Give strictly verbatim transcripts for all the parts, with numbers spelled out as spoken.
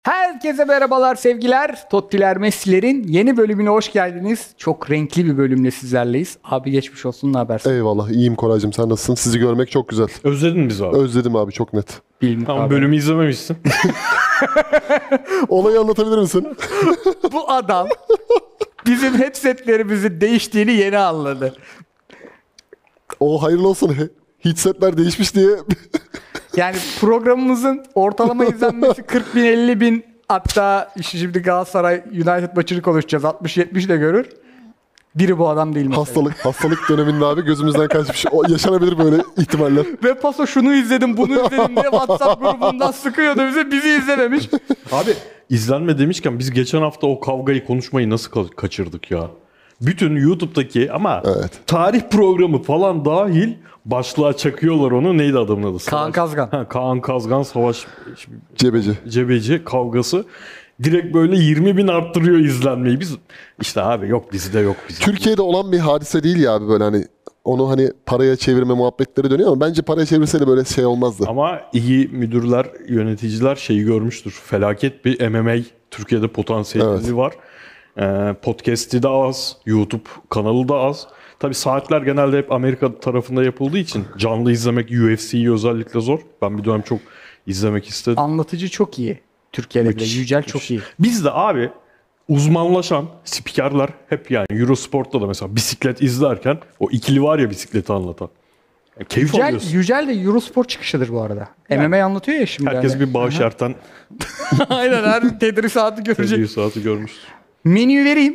Herkese merhabalar sevgiler. Tottiler Messi'lerin yeni bölümüne hoş geldiniz. Çok renkli bir bölümle sizlerleyiz. Abi geçmiş olsun, ne habersin? Eyvallah, iyiyim Koraycığım, sen nasılsın? Sizi görmek çok güzel. Özledin bizi abi. Özledim abi, çok net. Bilmiyorum Tamam, abi. bölümü izlememişsin. Olayı anlatabilir misin? Bu adam bizim headsetlerimizin değiştiğini yeni anladı. O hayırlı olsun. Headsetler değişmiş diye. Yani programımızın ortalama izlenmesi kırk bin elli bin, hatta şimdi Galatasaray United maçını konuşacağız, altmış yetmiş de görür. Biri bu adam değil mesela. Hastalık hastalık döneminde abi gözümüzden kaçmış. O, yaşanabilir böyle ihtimaller. Ve paso şunu izledim bunu izledim diye WhatsApp grubundan sıkıyordu bize, bizi izlememiş. Abi izlenme demişken biz geçen hafta o kavgayı konuşmayı nasıl ka- kaçırdık ya? Bütün YouTube'daki ama Evet. tarih programı falan dahil başlığa çakıyorlar onu. Neydi adamın adı? Kaan Savaş- Kazgan. Ha, Kaan Kazgan Savaş Cebeci. Cebeci kavgası. Direkt böyle yirmi bin arttırıyor izlenmeyi. Biz işte abi yok bizde yok bizde. Türkiye'de olan bir hadise değil ya abi, böyle hani onu hani paraya çevirme muhabbetleri dönüyor ama bence paraya çevirse de böyle şey olmazdı. Ama iyi müdürler, yöneticiler şeyi görmüştür. Felaket bir M M A Türkiye'de potansiyeli Evet. var. Ee, podcast'i de az, YouTube kanalı da az. Tabii saatler genelde hep Amerika tarafında yapıldığı için canlı izlemek U F C'yi özellikle zor. Ben bir dönem çok izlemek istedim. Anlatıcı çok iyi. Türkiye'de bile. Müthiş, Yücel müthiş. çok iyi. Biz de abi uzmanlaşan spikerler hep, yani Eurosport'ta da mesela bisiklet izlerken o ikili var ya bisikleti anlatan. Yani keyif Yücel, alıyorsun. Yücel de Eurosport çıkışıdır bu arada. M M A anlatıyor ya şimdi. Herkes hani. bir bağış erten Aynen, her tedrisatı görecek. bir saati görmüştür. Menüyü vereyim.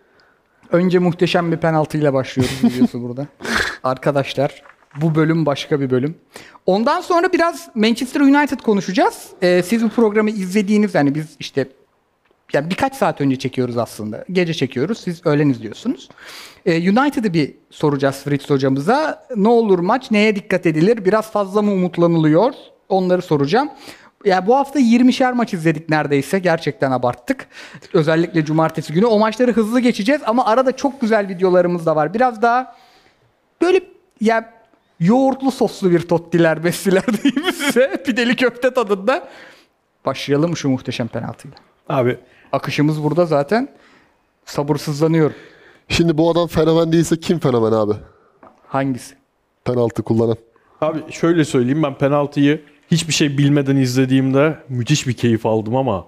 Önce muhteşem bir penaltıyla başlıyoruz videosu burada. Arkadaşlar bu bölüm başka bir bölüm. Ondan sonra biraz Manchester United konuşacağız. Ee, siz bu programı izlediğiniz, yani biz işte yani birkaç saat önce çekiyoruz aslında. Gece çekiyoruz. Siz öğlen izliyorsunuz. Ee, United'ı bir soracağız Fritz hocamıza. Ne olur maç? Neye dikkat edilir? Biraz fazla mı umutlanılıyor? Onları soracağım. Ya bu hafta yirmişer maç izledik neredeyse. Gerçekten abarttık. Özellikle cumartesi günü. O maçları hızlı geçeceğiz ama arada çok güzel videolarımız da var. Biraz daha böyle ya yoğurtlu soslu bir Tottiler Messi'ler diyeyim mi size? Pideli köfte tadında. Başlayalım şu muhteşem penaltıyla. Abi Akışımız burada zaten. Sabırsızlanıyorum. Şimdi bu adam fenomen değilse kim fenomen abi? Hangisi? Penaltı kullanan. Abi şöyle söyleyeyim, ben penaltıyı hiçbir şey bilmeden izlediğimde müthiş bir keyif aldım ama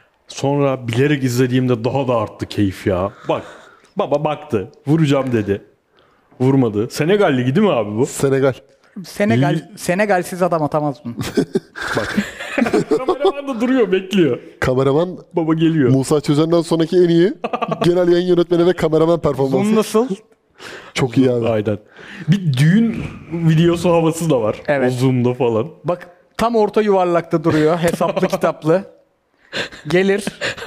sonra bilerek izlediğimde daha da arttı keyif ya. Bak baba baktı, vuracağım dedi. Vurmadı. Senegal Ligi değil mi abi bu? Senegal. Senegal, Senegalsiz adam atamaz bunu. Bak. Kameraman da duruyor, bekliyor. Kameraman Baba geliyor. Musa Çözen'den sonraki en iyi genel yayın yönetmeni ve kameraman performansı. Bunun nasıl? Çok iyi abi. Aynen. Bir düğün videosu havası da var. Evet. O zoom'da falan. Bak tam orta yuvarlakta duruyor. Hesaplı kitaplı. Gelir.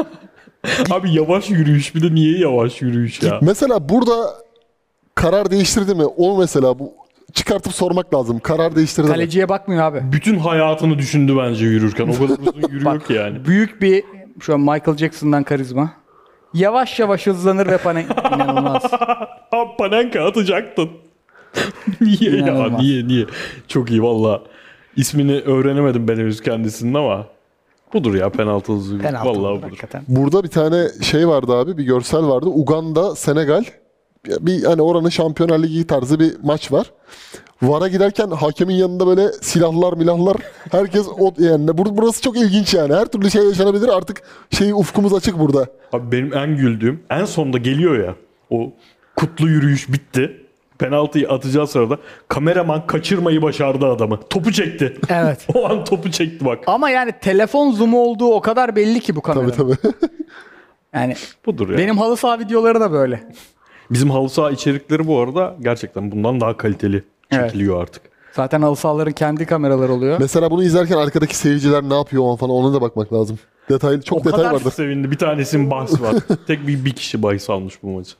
Abi yavaş yürüyüş, bir de niye yavaş yürüyüş ya? Mesela burada karar değiştirdi mi? O mesela bu çıkartıp sormak lazım. Karar değiştirdi mi? Kaleciye bakmıyor abi. Bütün hayatını düşündü bence yürürken. O kadar uzun yürüyor ki yani. Büyük bir şu an Michael Jackson'dan karizma. Yavaş yavaş hızlanır ve panik. İnanılmaz. Abi Panenka atacaktın. Niye ya? İnanılmaz. Niye niye? Çok iyi valla. İsmini öğrenemedim ben henüz kendisinin ama budur ya, penaltı hızı. Penaltı Vallahi olur budur. hakikaten. Burada bir tane şey vardı abi, bir görsel vardı. Uganda, Senegal. Bir hani oranın Şampiyonlar Ligi tarzı bir maç var. VAR'a giderken hakemin yanında böyle silahlar milahlar, herkes o yani bur- burası çok ilginç yani. Her türlü şey yaşanabilir artık, şey ufkumuz açık burada. Abi benim en güldüğüm en sonda geliyor ya. O kutlu yürüyüş bitti. Penaltıyı atacağı sırada kameraman kaçırmayı başardı adamı. Topu çekti. Evet. O an topu çekti bak. Ama yani telefon zoom'u olduğu o kadar belli ki bu kameranın. Tabii tabii. Yani Budur ya. benim halı saha videoları da böyle. Bizim halı saha içerikleri bu arada gerçekten bundan daha kaliteli çekiliyor artık. Zaten halı sahaların kendi kameraları oluyor. Mesela bunu izlerken arkadaki seyirciler ne yapıyor o an falan, ona da bakmak lazım. Detay, çok O detay kadar vardı. sevindi. Bir tanesinin bahsi var. Tek bir, bir kişi bahis almış bu maçı.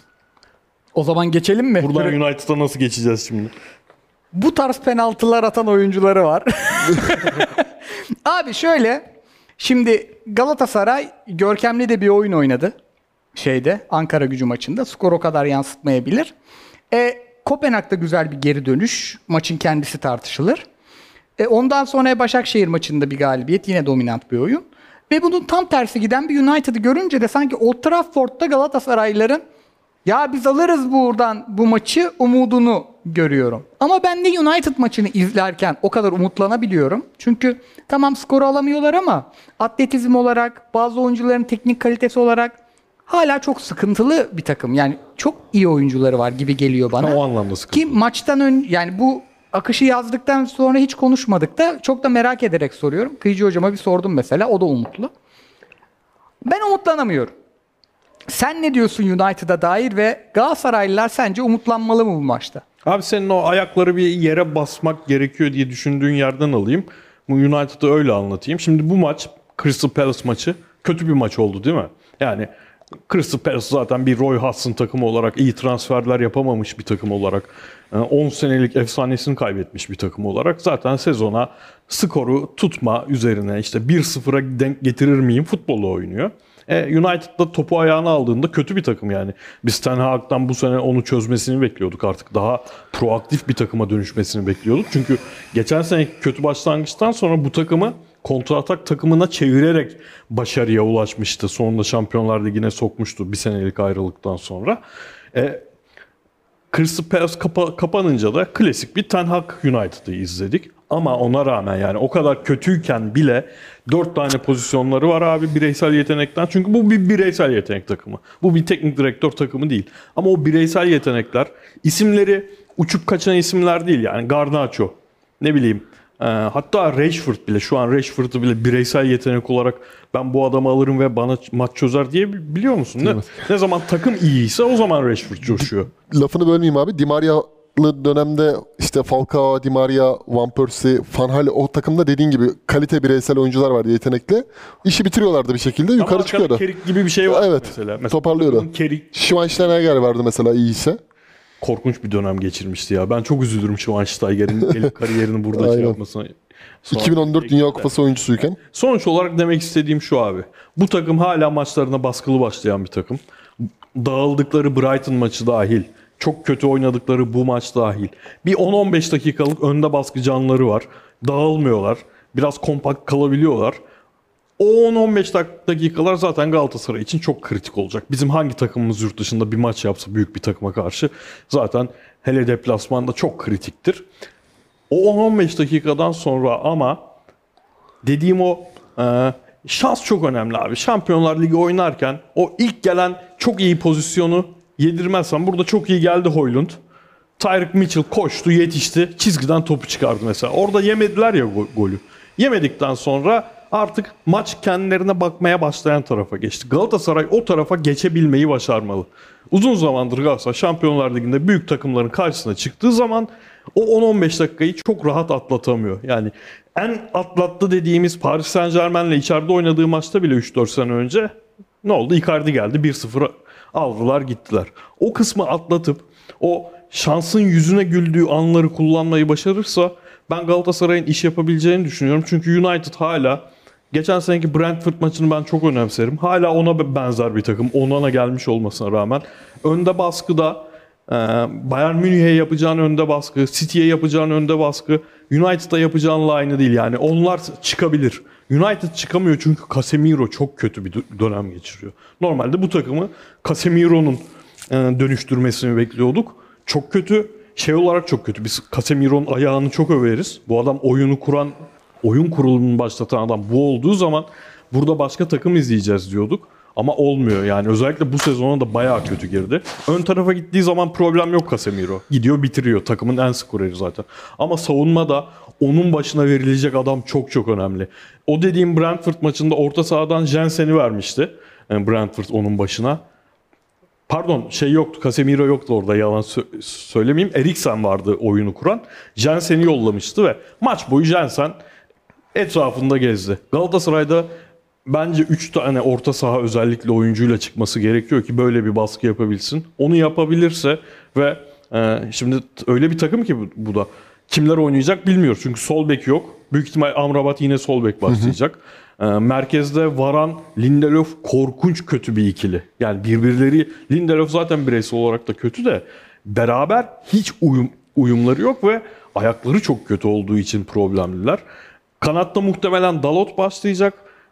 O zaman geçelim mi? Buradan Böyle- United'a nasıl geçeceğiz şimdi? Bu tarz penaltılar atan oyuncuları var. Abi şöyle. Şimdi Galatasaray görkemli de bir oyun oynadı. Şeyde Ankara Gücü maçında. Skor o kadar yansıtmayabilir. E, Kopenhag'da güzel bir geri dönüş. Maçın kendisi tartışılır. E, ondan sonra Başakşehir maçında bir galibiyet. Yine dominant bir oyun. Ve bunun tam tersi giden bir United'ı görünce de sanki Old Trafford'da Galatasaraylıların ya biz alırız buradan bu maçı umudunu görüyorum. Ama ben de United maçını izlerken o kadar umutlanabiliyorum. Çünkü tamam skoru alamıyorlar ama atletizm olarak, bazı oyuncuların teknik kalitesi olarak hala çok sıkıntılı bir takım. Yani çok iyi oyuncuları var gibi geliyor bana. O anlamda sıkıntı. Ki maçtan ön yani bu akışı yazdıktan sonra hiç konuşmadık da çok da merak ederek soruyorum. Kıyıcı hocama bir sordum mesela. O da umutlu. Ben umutlanamıyorum. Sen ne diyorsun United'a dair ve Galatasaraylılar sence umutlanmalı mı bu maçta? Abi senin o ayakları bir yere basmak gerekiyor diye düşündüğün yerden alayım. Bu United'ı öyle anlatayım. Şimdi bu maç Crystal Palace maçı kötü bir maç oldu değil mi? Yani Crystal Palace zaten bir Roy Hodgson takımı olarak iyi transferler yapamamış bir takım olarak on senelik efsanesini kaybetmiş bir takım olarak zaten sezona skoru tutma üzerine işte bir sıfıra denk getirir miyim futbolu oynuyor. E, United'da topu ayağına aldığında kötü bir takım yani. Biz Ten Hag'dan bu sene onu çözmesini bekliyorduk artık. Daha proaktif bir takıma dönüşmesini bekliyorduk. Çünkü geçen sene kötü başlangıçtan sonra bu takımı kontratak takımına çevirerek başarıya ulaşmıştı. Sonunda Şampiyonlar Ligi'ne sokmuştu bir senelik ayrılıktan sonra. E, Crystal Palace kapa- kapanınca da klasik bir Ten Hag United'ı izledik. Ama ona rağmen yani o kadar kötüyken bile dört tane pozisyonları var abi bireysel yetenekten. Çünkü bu bir bireysel yetenek takımı. Bu bir teknik direktör takımı değil. Ama o bireysel yetenekler isimleri uçup kaçan isimler değil yani. Garnacho, ne bileyim. E, hatta Rashford bile şu an Rashford'u bile bireysel yetenek olarak ben bu adamı alırım ve bana maç çözer diye biliyor musun? Ne, ne zaman takım iyiyse o zaman Rashford coşuyor. Lafını bölmeyeyim abi. Di Maria'lı dönemde işte Falcao, Di Maria, Van Persie, Van Hal o takımda dediğin gibi kalite bireysel oyuncular vardı yetenekli. İşi bitiriyorlardı bir şekilde. Yukarı Ama çıkıyordu. Kerik gibi bir şey var Evet. mesela. mesela. Toparlıyordu. Kerik Schweinsteiger vardı mesela iyiyse. korkunç bir dönem geçirmişti ya. Ben çok üzülürüm Schweinsteiger'in gelip kariyerini burada şey Aynen. yapmasına. Sonra- iki bin on dört Dünya Kupası oyuncusuyken. Sonuç olarak demek istediğim şu abi. Bu takım hala maçlarına baskılı başlayan bir takım. Dağıldıkları Brighton maçı dahil. Çok kötü oynadıkları bu maç dahil. Bir on on beş dakikalık önde baskı canları var. Dağılmıyorlar. Biraz kompakt kalabiliyorlar. O on on beş dakikalar zaten Galatasaray için çok kritik olacak. Bizim hangi takımımız yurt dışında bir maç yapsa büyük bir takıma karşı zaten hele deplasmanda çok kritiktir. O on on beş dakikadan sonra ama dediğim o e, şans çok önemli abi. Şampiyonlar Ligi oynarken o ilk gelen çok iyi pozisyonu yedirmezsen burada çok iyi geldi Højlund. Tyrick Mitchell koştu, yetişti, çizgiden topu çıkardı mesela. Orada yemediler ya go- golü. Yemedikten sonra artık maç kendilerine bakmaya başlayan tarafa geçti. Galatasaray o tarafa geçebilmeyi başarmalı. Uzun zamandır Galatasaray Şampiyonlar Ligi'nde büyük takımların karşısına çıktığı zaman o on on beş dakikayı çok rahat atlatamıyor. Yani en atlattı dediğimiz Paris Saint-Germain'le içeride oynadığı maçta bile üç dört sene önce ne oldu? Icardi geldi bir sıfır aldılar gittiler. O kısmı atlatıp o şansın yüzüne güldüğü anları kullanmayı başarırsa ben Galatasaray'ın iş yapabileceğini düşünüyorum. Çünkü United hala geçen seneki Brentford maçını ben çok önemserim. Hala ona benzer bir takım. Onana gelmiş olmasına rağmen. Önde baskıda e, Bayern Münih'e yapacağın önde baskı, City'ye yapacağın önde baskı, United'a yapacağınla aynı değil. Yani onlar çıkabilir. United çıkamıyor çünkü Casemiro çok kötü bir dönem geçiriyor. Normalde bu takımı Casemiro'nun e, dönüştürmesini bekliyorduk. Çok kötü. Şey olarak çok kötü. Biz Casemiro'nun ayağını çok överiz. Bu adam oyunu kuran, oyun kurulumunu başlatan adam bu olduğu zaman burada başka takım izleyeceğiz diyorduk. Ama olmuyor yani. Özellikle bu sezona da bayağı kötü girdi. Ön tarafa gittiği zaman problem yok Casemiro. Gidiyor bitiriyor. Takımın en skoreri zaten. Ama savunmada onun başına verilecek adam çok çok önemli. O dediğim Brentford maçında orta sahadan Jensen'i vermişti. Yani Brentford onun başına. Pardon şey yoktu. Casemiro yoktu orada yalan sö- söylemeyeyim. Eriksen vardı oyunu kuran. Jensen'i yollamıştı ve maç boyu Jensen etrafında gezdi. Galatasaray'da bence üç tane orta saha özellikle oyuncuyla çıkması gerekiyor ki böyle bir baskı yapabilsin. Onu yapabilirse ve e, şimdi öyle bir takım ki bu, bu da kimler oynayacak bilmiyoruz. Çünkü sol bek yok. Büyük ihtimal Amrabat yine sol bek başlayacak. Hı hı. E, merkezde Varan, Lindelöf korkunç kötü bir ikili. Yani birbirleri Lindelöf zaten bireysel olarak da kötü de beraber hiç uyum uyumları yok ve ayakları çok kötü olduğu için problemliler. Kanatta muhtemelen Dalot başlayacak.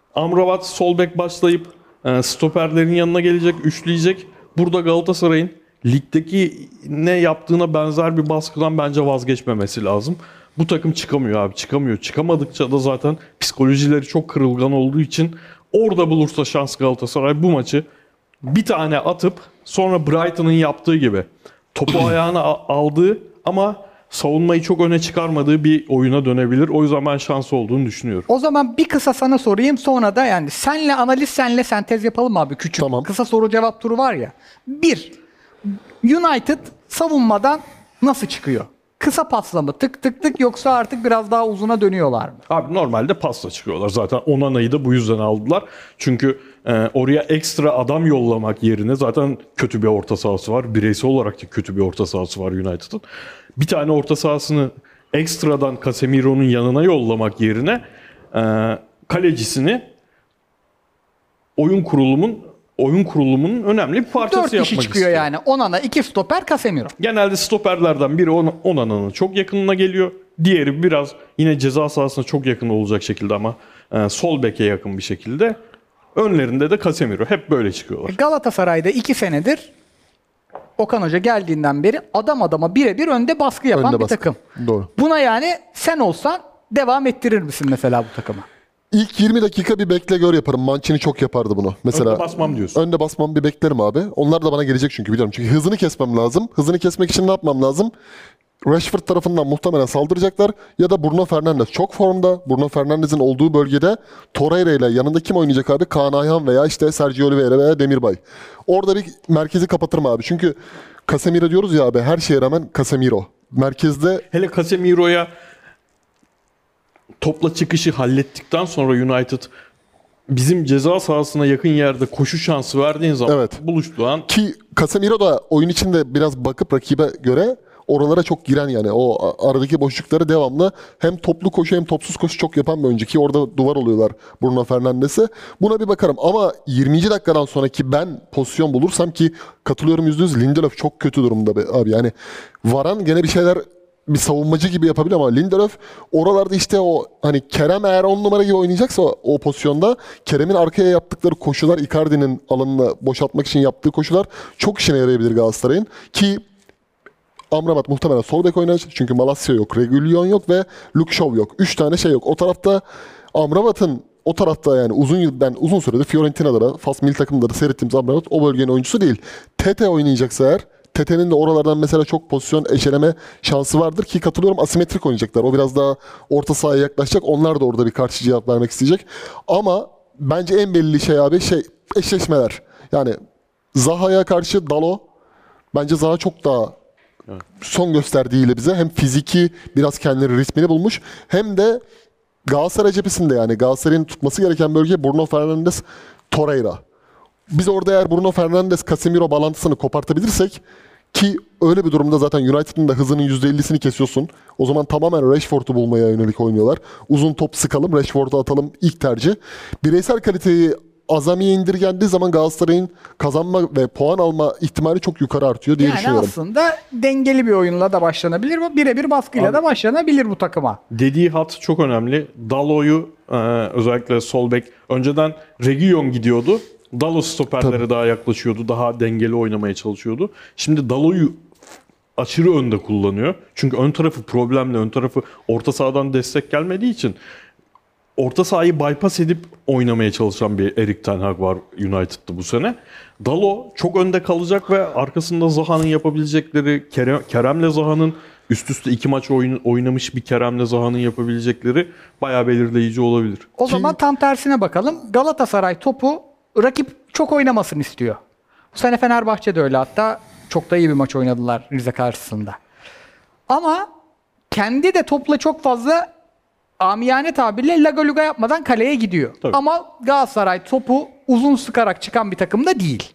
Amrabat sol bek başlayıp e, stoperlerin yanına gelecek, üçleyecek. Burada Galatasaray'ın ligdeki ne yaptığına benzer bir baskıdan bence vazgeçmemesi lazım. Bu takım çıkamıyor abi, çıkamıyor. Çıkamadıkça da zaten psikolojileri çok kırılgan olduğu için orada bulursa şans Galatasaray bu maçı bir tane atıp sonra Brighton'ın yaptığı gibi topu ayağına a- aldığı ama savunmayı çok öne çıkarmadığı bir oyuna dönebilir. O yüzden ben şansı olduğunu düşünüyorum. O zaman bir kısa sana sorayım, sonra da yani senle analiz, senle sentez yapalım abi, küçük. Tamam. Kısa soru cevap turu var ya. Bir, United savunmadan nasıl çıkıyor? Kısa pasla mı tık tık tık, yoksa artık biraz daha uzuna dönüyorlar mı? Abi normalde pasla çıkıyorlar. Zaten Onana'yı da bu yüzden aldılar. Çünkü e, oraya ekstra adam yollamak yerine zaten kötü bir orta sahası var. Bireysel olarak da kötü bir orta sahası var United'ın. Bir tane orta sahasını ekstradan Casemiro'nun yanına yollamak yerine e, kalecisini oyun kurulumun oyun kurulumunun önemli bir parçası Dört yapmak kişi çıkıyor istiyor. yani. Onana, iki stoper, Casemiro. Genelde stoperlerden biri On- Onana'nın çok yakınına geliyor. Diğeri biraz yine ceza sahasına çok yakın olacak şekilde ama e, sol beke yakın bir şekilde. Önlerinde de Casemiro. Hep böyle çıkıyorlar. Galatasaray'da iki senedir Okan Hoca geldiğinden beri adam adama birebir önde baskı yapan Önde bir baskı. takım. Doğru. Buna yani sen olsan devam ettirir misin mesela bu takıma? İlk yirmi dakika bir bekle gör yaparım. Mancini çok yapardı bunu. Mesela Önde basmam diyorsun. Önde basmam, bir beklerim abi. Onlar da bana gelecek çünkü biliyorum. Çünkü hızını kesmem lazım. Hızını kesmek için ne yapmam lazım? Rashford tarafından muhtemelen saldıracaklar. Ya da Bruno Fernandes çok formda. Bruno Fernandes'in olduğu bölgede Torreira ile yanında kim oynayacak abi? Kaan Ayhan veya işte Sergio Oliveira veya Demirbay. Orada bir merkezi kapatırım abi. Çünkü Casemiro diyoruz ya abi, her şeye rağmen Casemiro. Merkezde Hele Casemiro'ya topla çıkışı hallettikten sonra United bizim ceza sahasına yakın yerde koşu şansı verdiğin zaman Evet. buluştuğu an ki Casemiro da oyun içinde biraz bakıp rakibe göre oralara çok giren, yani o a- aradaki boşlukları devamlı hem toplu koşu hem topsuz koşu çok yapan bir oyuncu ki orada duvar oluyorlar Bruno Fernandes'e. Buna bir bakarım ama yirminci dakikadan sonraki ben pozisyon bulursam, ki katılıyorum yüzde yüz, Lindelöf çok kötü durumda be abi. Yani Varane gene bir şeyler, bir savunmacı gibi yapabilir ama Lindelöf oralarda işte o hani Kerem eğer on numara gibi oynayacaksa o, o pozisyonda Kerem'in arkaya yaptıkları koşular, Icardi'nin alanını boşaltmak için yaptığı koşular çok işine yarayabilir Galatasaray'ın. Ki Amrabat muhtemelen sol bek oynar çünkü Malacia yok, Reguilon yok ve Luke Shaw yok. Üç tane şey yok. O tarafta Amrabat'ın o tarafta yani uzun yıl, ben uzun süredir Fiorentina'da da, Fas milli takımında da seyrettiğimiz Amrabat o bölgenin oyuncusu değil. Tete oynayacaksa eğer, Tete'nin de oralardan mesela çok pozisyon eşeleme şansı vardır ki katılıyorum, asimetrik oynayacaklar. O biraz daha orta sahaya yaklaşacak. Onlar da orada bir karşı cevap vermek isteyecek. Ama bence en belli şey abi şey eşleşmeler. Yani Zaha'ya karşı Dalo, bence Zaha çok daha son gösterdiğiyle bize hem fiziki biraz kendini ritmini bulmuş hem de Galatasaray cephesinde, yani Galatasaray'ın tutması gereken bölge Bruno Fernandes, Torreira. Biz orada eğer Bruno Fernandes, Casemiro bağlantısını kopartabilirsek, ki öyle bir durumda zaten United'ın da hızının yüzde ellisini kesiyorsun. O zaman tamamen Rashford'u bulmaya yönelik oynuyorlar. Uzun top sıkalım, Rashford'u atalım ilk tercih. Bireysel kaliteyi azamiye indirgendiği zaman Galatasaray'ın kazanma ve puan alma ihtimali çok yukarı artıyor diye Yani düşünüyorum. aslında dengeli bir oyunla da başlanabilir. Birebir baskıyla Abi- da başlanabilir bu takıma. dediği hat çok önemli. Dalo'yu e, özellikle sol bek önceden Reguilon gidiyordu. Dalo stoperlere Tabii. daha yaklaşıyordu. Daha dengeli oynamaya çalışıyordu. Şimdi Dalo'yu aşırı önde kullanıyor. Çünkü ön tarafı problemli. Ön tarafı orta sahadan destek gelmediği için orta sahayı bypass edip oynamaya çalışan bir Erik ten Hag var United'da bu sene. Dalo çok önde kalacak ve arkasında Zaha'nın yapabilecekleri, Kerem, Kerem'le Zaha'nın üst üste iki maç oyun, oynamış bir Kerem'le Zaha'nın yapabilecekleri bayağı belirleyici olabilir. O zaman tam tersine bakalım. Galatasaray topu rakip çok oynamasını istiyor. Bu sene Fenerbahçe de öyle, hatta çok da iyi bir maç oynadılar Rize karşısında. Ama kendi de topla çok fazla amiyane tabirle lagaluga yapmadan kaleye gidiyor. Tabii. Ama Galatasaray topu uzun sıkarak çıkan bir takım da değil.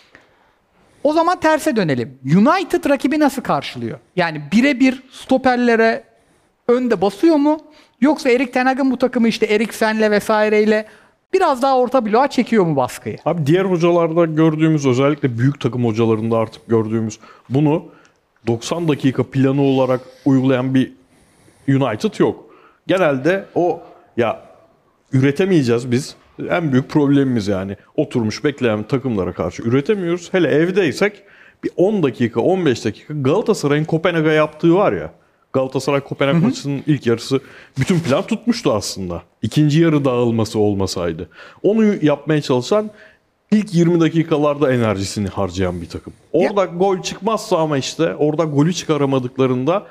O zaman terse dönelim. United rakibi nasıl karşılıyor? Yani birebir stoperlere önde basıyor mu? Yoksa Erik ten Hag'ın bu takımı işte Eriksen'le vesaireyle biraz daha orta bloğa çekiyor mu baskıyı? Abi diğer hocalarda gördüğümüz, özellikle büyük takım hocalarında artık gördüğümüz bunu doksan dakika planı olarak uygulayan bir United yok. Genelde o ya üretemeyeceğiz biz. en büyük problemimiz yani. Oturmuş bekleyen takımlara karşı üretemiyoruz. Hele evdeysek bir on dakika, on beş dakika Galatasaray'ın Kopenhag'a yaptığı var ya. Galatasaray Kopenhag maçının ilk yarısı bütün plan tutmuştu aslında. İkinci yarı dağılması olmasaydı. Onu yapmaya çalışan ilk yirmi dakikalarda enerjisini harcayan bir takım. Orada ya. Gol çıkmazsa ama işte orada golü çıkaramadıklarında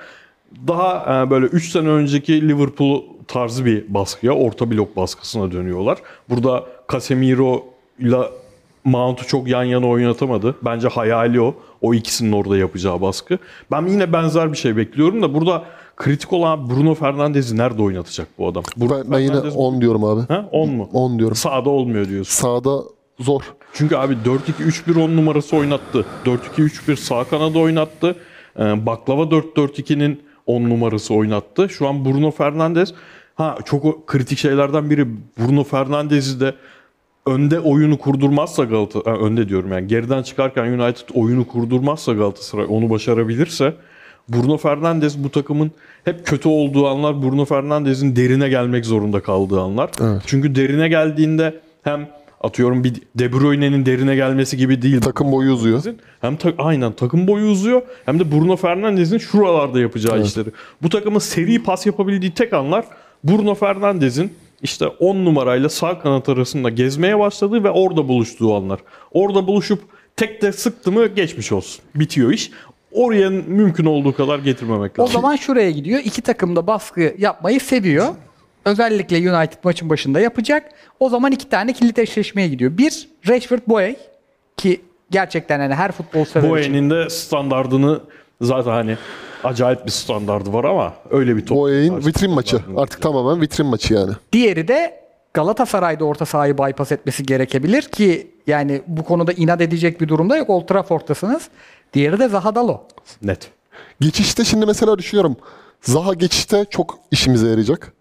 daha böyle üç sene önceki Liverpool tarzı bir baskıya, orta blok baskısına dönüyorlar. Burada Casemiro ile Mount'u çok yan yana oynatamadı. Bence hayali o. O ikisinin orada yapacağı baskı. Ben yine benzer bir şey bekliyorum da burada kritik olan Bruno Fernandes'i nerede oynatacak bu adam? Bruno ben, ben yine on diyorum abi. Ha? on mu? on diyorum. Sağda olmuyor diyorsun. Sağda zor. Çünkü abi dört iki üç bir on numarası oynattı. dört iki üç bir sağ kanada oynattı. Ee, Baklava dört dört ikinin on numarası oynattı. Şu an Bruno Fernandes, ha çok kritik şeylerden biri, Bruno Fernandes'i de önde oyunu kurdurmazsa Galatasaray, önde diyorum yani geriden çıkarken United oyunu kurdurmazsa Galatasaray onu başarabilirse, Bruno Fernandes bu takımın hep kötü olduğu anlar, Bruno Fernandes'in derine gelmek zorunda kaldığı anlar. Evet. Çünkü derine geldiğinde hem atıyorum bir De Bruyne'nin derine gelmesi gibi değil. Takım boyu uzuyor. Hem ta- aynen takım boyu uzuyor hem de Bruno Fernandes'in şuralarda yapacağı evet. işleri. Bu takımın seri pas yapabildiği tek anlar Bruno Fernandes'in işte on numarayla sağ kanat arasında gezmeye başladığı ve orada buluştuğu anlar. Orada buluşup tek de sıktı mı geçmiş olsun. Bitiyor iş. Oraya mümkün olduğu kadar getirmemek lazım. O zaman şuraya gidiyor. İki takım da baskı yapmayı seviyor. Özellikle United maçın başında yapacak. O zaman iki tane kilit eşleşmeye gidiyor. Bir, Rashford Boye ki gerçekten hani her futbol sever için. Boye'nin de standardını zaten hani acayip bir standardı var ama öyle bir top. Boye'nin vitrin maçı. Artık tamamen vitrin maçı yani. Diğeri de Galatasaray'da orta sahayı bypass etmesi gerekebilir ki yani bu konuda inat edecek bir durumda yok. Old Trafford'tasınız. Diğeri de Zaha Dalo. Net. Geçişte şimdi mesela düşünüyorum. Zaha geçişte çok işimize yarayacak.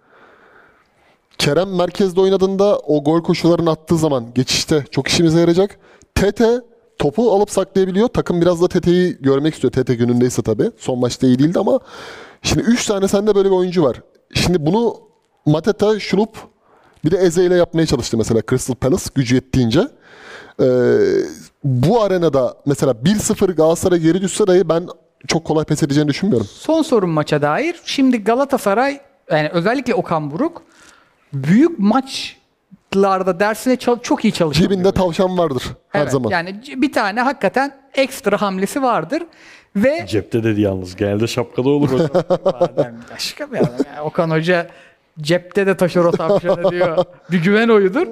Kerem merkezde oynadığında o gol koşularını attığı zaman geçişte çok işimize yarayacak. Tete topu alıp saklayabiliyor. Takım biraz da Tete'yi görmek istiyor. Tete günündeyse tabii. Son maçta iyi değildi ama şimdi üç tane sende böyle bir oyuncu var. Şimdi bunu Mateta, Şurup bir de Eze ile yapmaya çalıştı mesela Crystal Palace gücü yettiğince. Ee, bu arenada mesela bir sıfır Galatasaray geri düşse dahi ben çok kolay pes edeceğini düşünmüyorum. Son sorum maça dair. Şimdi Galatasaray yani özellikle Okan Buruk büyük maçlarda dersine çok iyi çalışıyor. Cebinde tavşan vardır her evet, zaman. Yani bir tane hakikaten ekstra hamlesi vardır. Ve cepte dedi yalnız. Genelde şapkada olur hocam. Başka bir adam. Yani Okan Hoca cepte de taşır o tavşanı diyor. Bir güven oyudur.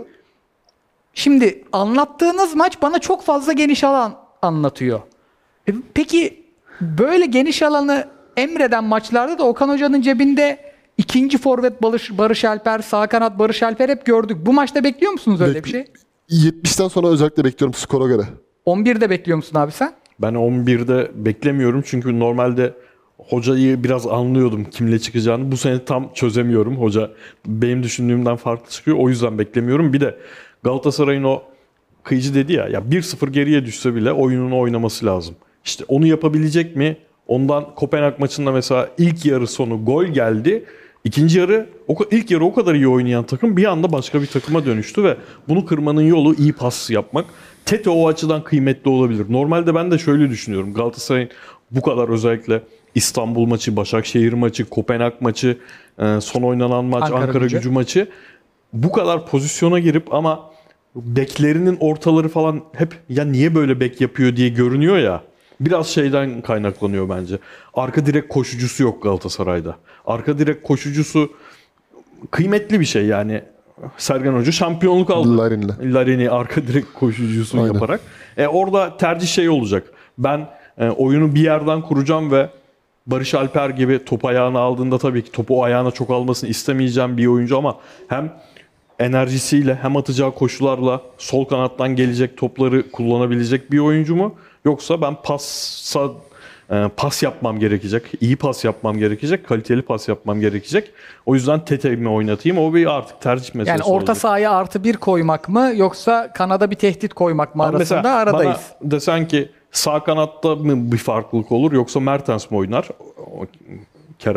Şimdi anlattığınız maç bana çok fazla geniş alan anlatıyor. Peki böyle geniş alanı emreden maçlarda da Okan Hoca'nın cebinde İkinci forvet Barış, Barış Alper, sağ kanat Barış Alper hep gördük. Bu maçta bekliyor musunuz öyle Bek- bir şey? yetmişten sonra özellikle bekliyorum skora göre. on birde bekliyor musun abi sen? Ben on birde beklemiyorum çünkü normalde hocayı biraz anlıyordum kimle çıkacağını. Bu sene tam çözemiyorum. Hoca benim düşündüğümden farklı çıkıyor. O yüzden beklemiyorum. Bir de Galatasaray'ın o kıyıcı dedi ya, ya bir sıfır geriye düşse bile oyununu oynaması lazım. İşte onu yapabilecek mi? Ondan Kopenhag maçında mesela ilk yarı sonu gol geldi. İkinci yarı, ilk yarı o kadar iyi oynayan takım bir anda başka bir takıma dönüştü ve bunu kırmanın yolu iyi pas yapmak. Tete o açıdan kıymetli olabilir. Normalde ben de şöyle düşünüyorum. Galatasaray'ın bu kadar özellikle İstanbul maçı, Başakşehir maçı, Kopenhag maçı, son oynanan maç, Ankara, Ankara gücü. gücü maçı bu kadar pozisyona girip ama beklerinin ortaları falan hep ya niye böyle bek yapıyor diye görünüyor ya. Biraz şeyden kaynaklanıyor bence. Arka direk koşucusu yok Galatasaray'da. Arka direk koşucusu kıymetli bir şey yani. Sergen Hoca şampiyonluk aldı. Larin'le. Larin'i arka direk koşucusu Aynen. yaparak. E orada tercih şey olacak. Ben e, oyunu bir yerden kuracağım ve Barış Alper gibi top ayağına aldığında tabii ki topu ayağına çok almasını istemeyeceğim bir oyuncu ama hem enerjisiyle hem atacağı koşularla sol kanattan gelecek topları kullanabilecek bir oyuncu mu? Yoksa ben passa, e, pas yapmam gerekecek, iyi pas yapmam gerekecek, kaliteli pas yapmam gerekecek. O yüzden Tete'mi oynatayım. O bir artık tercih meselesi Yani orta olacak. sahaya artı bir koymak mı yoksa kanada bir tehdit koymak mı Ama arasında aradayız. Bana desen ki sağ kanatta mı bir farklılık olur yoksa Mertens mi oynar? Kerem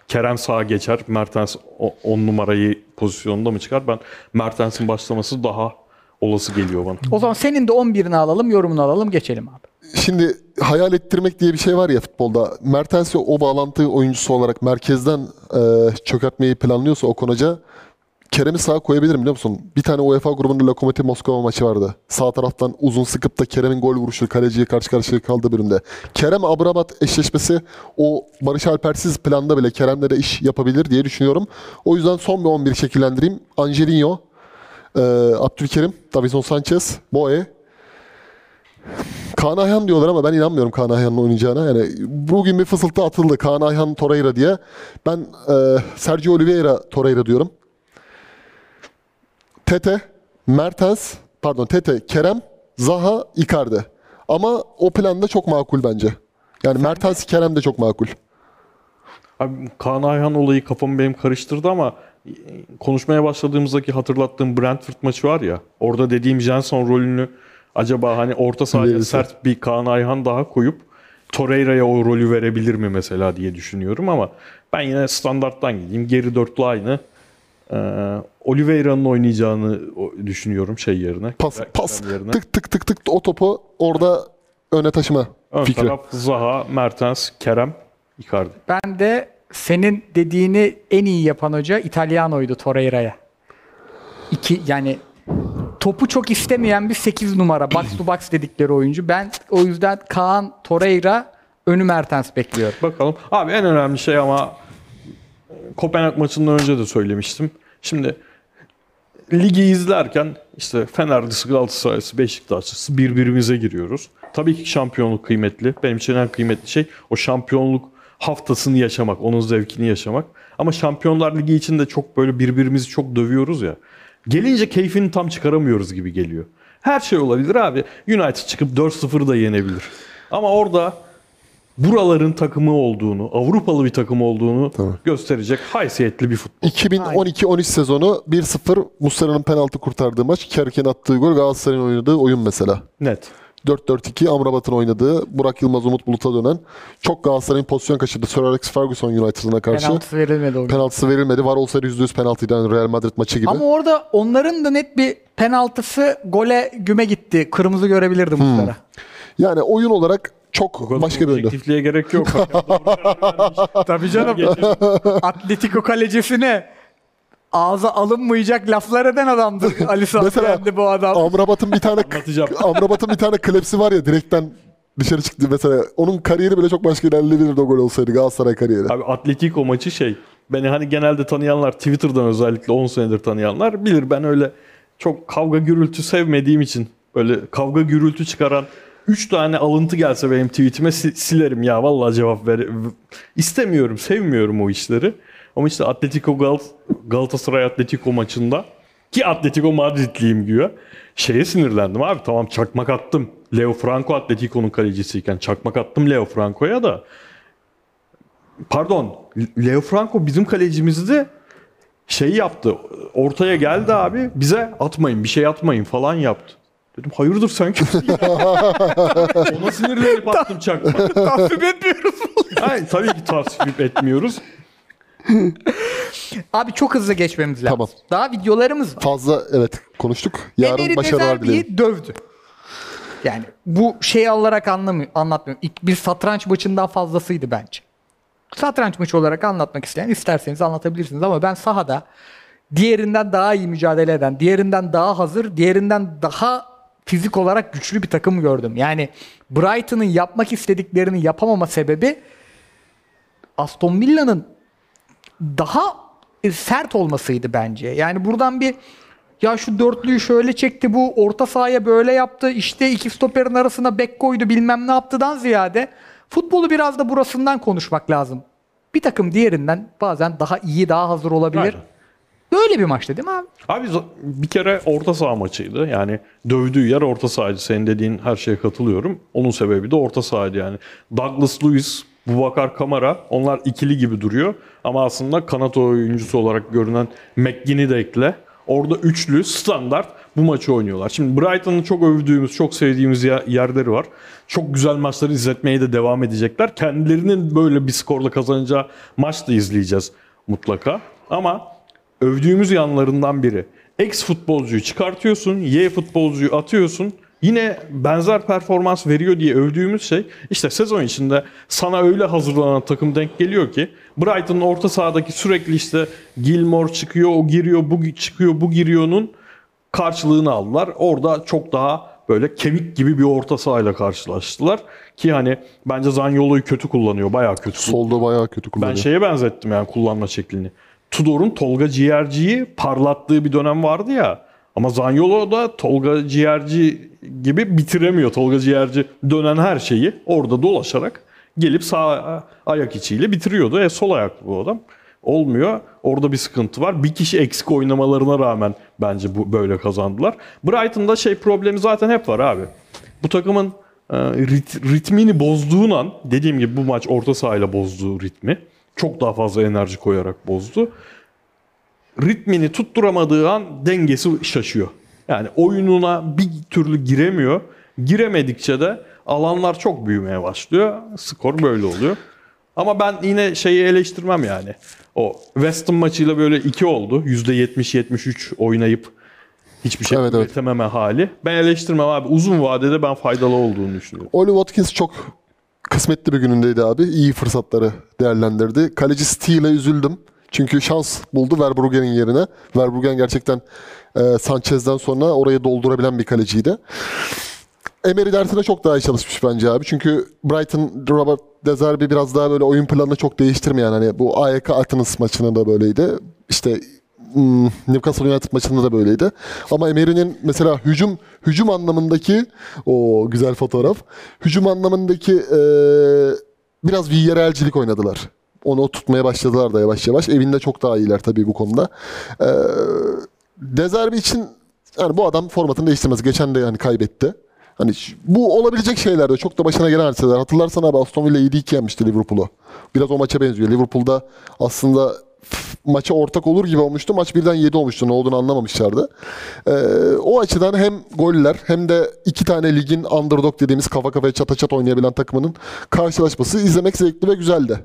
Kerem sağa geçer. Mertens on numarayı pozisyonda mı çıkar? Ben Mertens'in başlaması daha olası geliyor bana. O zaman senin de on birini alalım, yorumunu alalım, geçelim abi. Şimdi hayal ettirmek diye bir şey var ya futbolda. Mertens'i o bağlantı oyuncusu olarak merkezden e, çökertmeyi planlıyorsa Okan Hoca, Kerem'i sağa koyabilirim biliyor musun? Bir tane UEFA grubunda Lokomotiv Moskova maçı vardı. Sağ taraftan uzun sıkıp da Kerem'in gol vuruşu, kaleciye karşı karşıya kaldığı bölümde. Kerem Abramat eşleşmesi o Barış Alper'siz planda bile Kerem'le de iş yapabilir diye düşünüyorum. O yüzden son bir on bir şekillendireyim. Angelino, e, Abdülkerim, Davinson Sanchez, Boye, Kaan Ayhan diyorlar ama ben inanmıyorum Kaan Ayhan'ın oynayacağına. Yani bugün bir fısıltı atıldı Kaan Ayhan Torreira diye. Ben e, Sergio Oliveira Torreira diyorum. Tete, Mertens, pardon Tete, Kerem, Zaha, Icardi. Ama o planda çok makul bence. Yani Mertens, Kerem de çok makul. Abi, Kaan Ayhan olayı kafamı benim karıştırdı ama konuşmaya başladığımızdaki hatırlattığım Brentford maçı var ya, orada dediğim Jenson rolünü acaba hani orta sahaya Verirse. sert bir Kaan Ayhan daha koyup Torreira'ya o rolü verebilir mi mesela diye düşünüyorum ama ben yine standarttan gideyim. Geri dörtlü aynı. Ee, Oliveira'nın oynayacağını düşünüyorum şey yerine. Pas, Kerem pas, yerine. tık tık tık tık o topu orada öne taşıma Ön fikri. taraf Zaha, Mertens, Kerem, Icardi. Ben de senin dediğini en iyi yapan hoca Italiano'ydu Torreira'ya. İki yani topu çok istemeyen bir sekiz numara box to box dedikleri oyuncu. Ben o yüzden Kaan, Torreira, önü Mertens bekliyorum. Bakalım. Abi en önemli şey ama Kopenhag maçından önce de söylemiştim. Şimdi ligi izlerken işte Fenerlisi, Galatasaray'sı, Beşiktaşlısı birbirimize giriyoruz. Tabii ki şampiyonluk kıymetli. Benim için en kıymetli şey o şampiyonluk haftasını yaşamak, onun zevkini yaşamak. Ama Şampiyonlar Ligi için de çok böyle birbirimizi çok dövüyoruz ya. Gelince keyfini tam çıkaramıyoruz gibi geliyor. Her şey olabilir abi. United çıkıp dört sıfır da yenebilir. Ama orada buraların takımı olduğunu, Avrupalı bir takım olduğunu Tamam. gösterecek haysiyetli bir futbol. iki bin on iki on üç sezonu bir sıfır Muslera'nın penaltı kurtardığı maç. Kerken'in attığı gol, Galatasaray'ın oynadığı oyun mesela. Net. dört dört iki Amrabat'ın oynadığı, Burak Yılmaz, Umut Bulut'a dönen. Çok Galatasaray'ın pozisyon kaçırdı. Sir Alex Ferguson United'ına karşı. Penaltısı verilmedi o gün. Penaltısı verilmedi. Var olsaydı yüzde yüz penaltıydı. Yani Real Madrid maçı gibi. Ama orada onların da net bir penaltısı gole güme gitti. Kırmızı görebilirdi Muslera. Yani oyun olarak çok Bu başka bir oyundu. objektifliğe gerek yok. Tabii canım. Atletico kalecisine ağza alınmayacak laflar eden adamdır. Ali Sami Mesela Yen'di bu adam. Amrabat'ın bir tane Anlatacağım. Amrabat'ın bir tane klepsi var ya, direkten dışarı çıktı mesela. Onun kariyeri bile çok başka ilerleyebilirdi o gol olsaydı, Galatasaray kariyeri. Abi Atletico maçı şey. Beni hani genelde tanıyanlar, Twitter'dan özellikle on senedir tanıyanlar bilir. Ben öyle çok kavga gürültü sevmediğim için böyle kavga gürültü çıkaran üç tane alıntı gelse benim tweetime si- silerim ya. Vallahi cevap ver. İstemiyorum, sevmiyorum o işleri. Ama işte Atletico Gal Galatasaray Atletico maçında ki Atletico Madridliyim güya. Şeye sinirlendim abi. Tamam çakmak attım. Leo Franco Atletico'nun kalecisiyken çakmak attım Leo Franco'ya da. Pardon. Leo Franco bizim kalecimizde şey yaptı. Ortaya geldi abi. Bize atmayın, bir şey atmayın falan yaptı. Dedim hayırdır sen kimsin ya? Ona sinirlenip attım çakmak. Tasvip etmiyoruz. Hayır, tabii ki tasvip etmiyoruz. Abi çok hızlı geçmemiz lazım. Tamam. Daha videolarımız var. Fazla evet konuştuk. Yarın Emery başarılar dilerim. Deserbi'yi dövdü. Yani bu şey olarak anlamıyor, anlatmıyorum. İlk bir satranç maçından fazlasıydı bence. Satranç maçı olarak anlatmak isteyen isterseniz anlatabilirsiniz ama ben sahada diğerinden daha iyi mücadele eden, diğerinden daha hazır, diğerinden daha fizik olarak güçlü bir takım gördüm. Yani Brighton'ın yapmak istediklerini yapamama sebebi Aston Villa'nın daha sert olmasıydı bence. Yani buradan bir ya şu dörtlüyü şöyle çekti, bu orta sahaya böyle yaptı, işte iki stoperin arasına bek koydu, bilmem ne yaptıdan ziyade futbolu biraz da burasından konuşmak lazım. Bir takım diğerinden bazen daha iyi, daha hazır olabilir. Aynen. Böyle bir maçtı değil mi abi? Abi z- bir kere orta saha maçıydı. Yani dövdüğü yer orta sahaydı. Senin dediğin her şeye katılıyorum. Onun sebebi de orta sahaydı yani. Douglas Luiz, Boubacar Kamara onlar ikili gibi duruyor. Ama aslında kanat oyuncusu olarak görünen McGinn'i de ekle. Orada üçlü standart bu maçı oynuyorlar. Şimdi Brighton'ın çok övdüğümüz, çok sevdiğimiz yerleri var. Çok güzel maçları izletmeye de devam edecekler. Kendilerinin böyle bir skorla kazanacağı maç da izleyeceğiz mutlaka. Ama övdüğümüz yanlarından biri. X futbolcuyu çıkartıyorsun, Y futbolcuyu atıyorsun. Yine benzer performans veriyor diye övdüğümüz şey, işte sezon içinde sana öyle hazırlanan takım denk geliyor ki Brighton'ın orta sahadaki sürekli işte Gilmore çıkıyor, o giriyor, bu çıkıyor, bu giriyor'nun karşılığını aldılar. Orada çok daha böyle kemik gibi bir orta sahayla karşılaştılar. Ki hani bence Zaniolo'yu kötü kullanıyor, bayağı kötü. Solda bayağı kötü kullanıyor. Ben şeye benzettim yani kullanma şeklini. Tudor'un Tolga Ciğerci'yi parlattığı bir dönem vardı ya. Ama Zaniolo da Tolga Ciğerci gibi bitiremiyor. Tolga Ciğerci dönen her şeyi orada dolaşarak gelip sağ ayak içiyle bitiriyordu. E sol ayaklı bu adam. Olmuyor. Orada bir sıkıntı var. Bir kişi eksik oynamalarına rağmen bence bu böyle kazandılar. Brighton'da şey problemi zaten hep var abi. Bu takımın e, rit, ritmini bozduğun an, dediğim gibi bu maç orta sahayla bozduğu ritmi. Çok daha fazla enerji koyarak bozdu. Ritmini tutturamadığı an dengesi şaşıyor. Yani oyununa bir türlü giremiyor. Giremedikçe de alanlar çok büyümeye başlıyor. Skor böyle oluyor. Ama ben yine şeyi eleştirmem yani. O West Ham maçıyla böyle iki oldu. yüzde yetmiş yetmiş üç oynayıp hiçbir şey Evet, evet. üretememe hali. Ben eleştirmem abi. Uzun vadede ben faydalı olduğunu düşünüyorum. Oli Watkins çok kısmetli bir günündeydi abi. İyi fırsatları değerlendirdi. Kaleci Steele'e üzüldüm. Çünkü şans buldu Verbruggen'in yerine. Verbruggen gerçekten e, Sanchez'den sonra orayı doldurabilen bir kaleciydi. Emery dersine çok daha iyi çalışmış bence abi. Çünkü Brighton, Robert De Zerbi biraz daha böyle oyun planını çok değiştirmeyen, hani bu A Y K Athens maçında da böyleydi. İşte hmm, Newcastle United maçında da böyleydi. Ama Emery'nin mesela hücum hücum anlamındaki o güzel fotoğraf. Hücum anlamındaki e, biraz bir yerelcilik oynadılar. Onu tutmaya başladılar da yavaş yavaş. Evinde çok daha iyiler tabii bu konuda. Ee, De Zerbi için yani bu adam formatını değiştirmez. Geçen de yani kaybetti. Hani bu olabilecek şeylerde çok da başına gelen hadiseler. Hatırlarsan abi Aston Villa yedi iki yenmişti Liverpool'u. Biraz o maça benziyor. Liverpool'da aslında maça ortak olur gibi olmuştu. Maç birden yedi olmuştu. Ne olduğunu anlamamışlardı. Ee, o açıdan hem goller hem de iki tane ligin underdog dediğimiz kafa kafaya çata çat oynayabilen takımının karşılaşması izlemek zevkli ve güzeldi.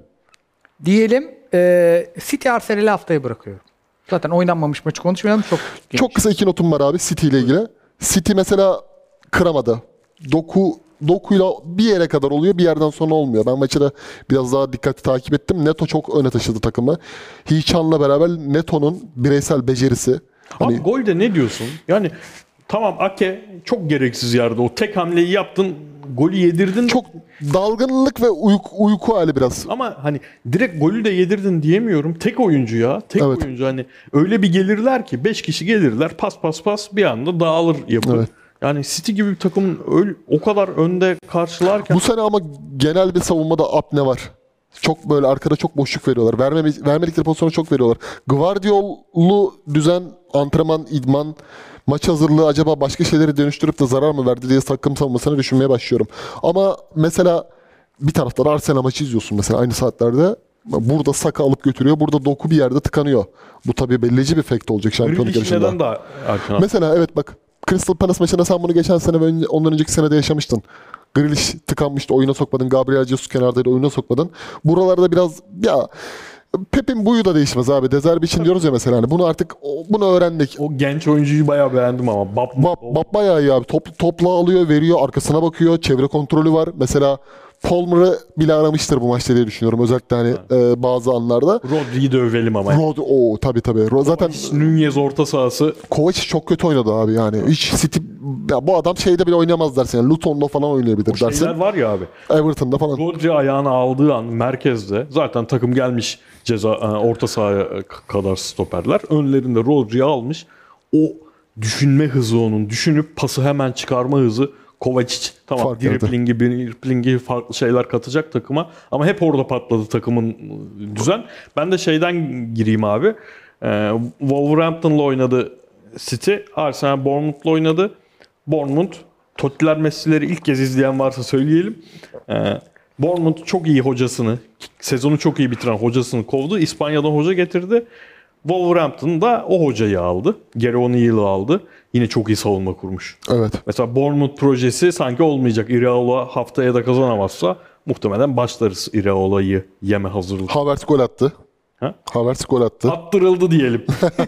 Diyelim e, City Arsenal'i haftaya bırakıyor. Zaten oynanmamış maçı konuşmayalım. Çok geniş. Çok kısa iki notum var abi City ile ilgili. City mesela kıramadı. Doku dokuyla bir yere kadar oluyor, bir yerden sonra olmuyor. Ben maçı da biraz daha dikkatli takip ettim. Neto çok öne taşıdı takımı. Hichan'la beraber Neto'nun bireysel becerisi. Hani... Abi golde ne diyorsun? Yani tamam Ake çok gereksiz yerde. O tek hamleyi yaptın, golü yedirdin. Çok dalgınlık ve uyku, uyku hali biraz. Ama hani direkt golü de yedirdin diyemiyorum. Tek oyuncu ya. Tek Evet. oyuncu. Hani öyle bir gelirler ki beş kişi gelirler, pas pas pas bir anda dağılır yapı. Evet. Yani City gibi bir takımın öyle, o kadar önde karşılarken... Bu sene ama genel bir savunmada apne var. Çok böyle arkada çok boşluk veriyorlar. Vermeme, vermedikleri pozisyonu çok veriyorlar. Guardiola'lı düzen, antrenman, idman, maç hazırlığı acaba başka şeyleri dönüştürüp de zarar mı verdi diye takım savunmasını düşünmeye başlıyorum. Ama mesela bir taraftan Arsenal maçı izliyorsun mesela aynı saatlerde. Burada Saka alıp götürüyor. Burada Doku bir yerde tıkanıyor. Bu tabii belirleyici bir efekt olacak şampiyonluk Grealish yarışında. neden daha erken? Mesela evet bak Crystal Palace maçında sen bunu geçen sene ve önce- ondan önceki senede yaşamıştın. Grealish tıkanmıştı, oyuna sokmadın. Gabriel Jesus kenardaydı, oyuna sokmadın. Buralarda biraz ya Pep'in buyu da değişmez abi. De Zerbi için diyoruz ya mesela hani bunu artık o- bunu öğrendik. O genç oyuncuyu bayağı beğendim ama. Bab, Bab, bab bayağı iyi abi. Top, topla alıyor, veriyor, arkasına bakıyor. Çevre kontrolü var. Mesela Palmer'ı bile aramıştır bu maçta diye düşünüyorum. Özellikle hani e, bazı anlarda. Rodri'yi de övelim ama. Rod, o tabii tabii. Ro- zaten Nunez orta sahası. Kovacic çok kötü oynadı abi yani. Hiç City ya bu adam şeyde bile oynayamaz dersin. Yani Luton'da falan oynayabilir Şeyler dersin. var ya abi. Everton'da falan. Rodri ayağını aldığı an merkezde zaten takım gelmiş ceza e, orta sahaya kadar stoperler. Önlerinde Rodri'yi almış. O düşünme hızı onun. Düşünüp pası hemen çıkarma hızı. Kovacic tamam Fark yarattı. driplingi, driplingi farklı şeyler katacak takıma. Ama hep orada patladı takımın düzen. Ben de şeyden gireyim abi. Ee, Wolverhampton'la oynadı City. Arsenal Bournemouth'la oynadı. Bournemouth, Tottiler Messi'leri ilk kez izleyen varsa söyleyelim. Ee, Bournemouth çok iyi hocasını, sezonu çok iyi bitiren hocasını kovdu. İspanya'dan hoca getirdi. Wolverhampton da o hocayı aldı. Gary O'Neill'i aldı. yine çok iyi savunma kurmuş. Evet. Mesela Bournemouth projesi sanki olmayacak. Iraola haftaya da kazanamazsa muhtemelen başlarız Iraola'yı yeme hazırlık. Havertz gol attı. Ha? Havertz gol attı. Attırıldı diyelim.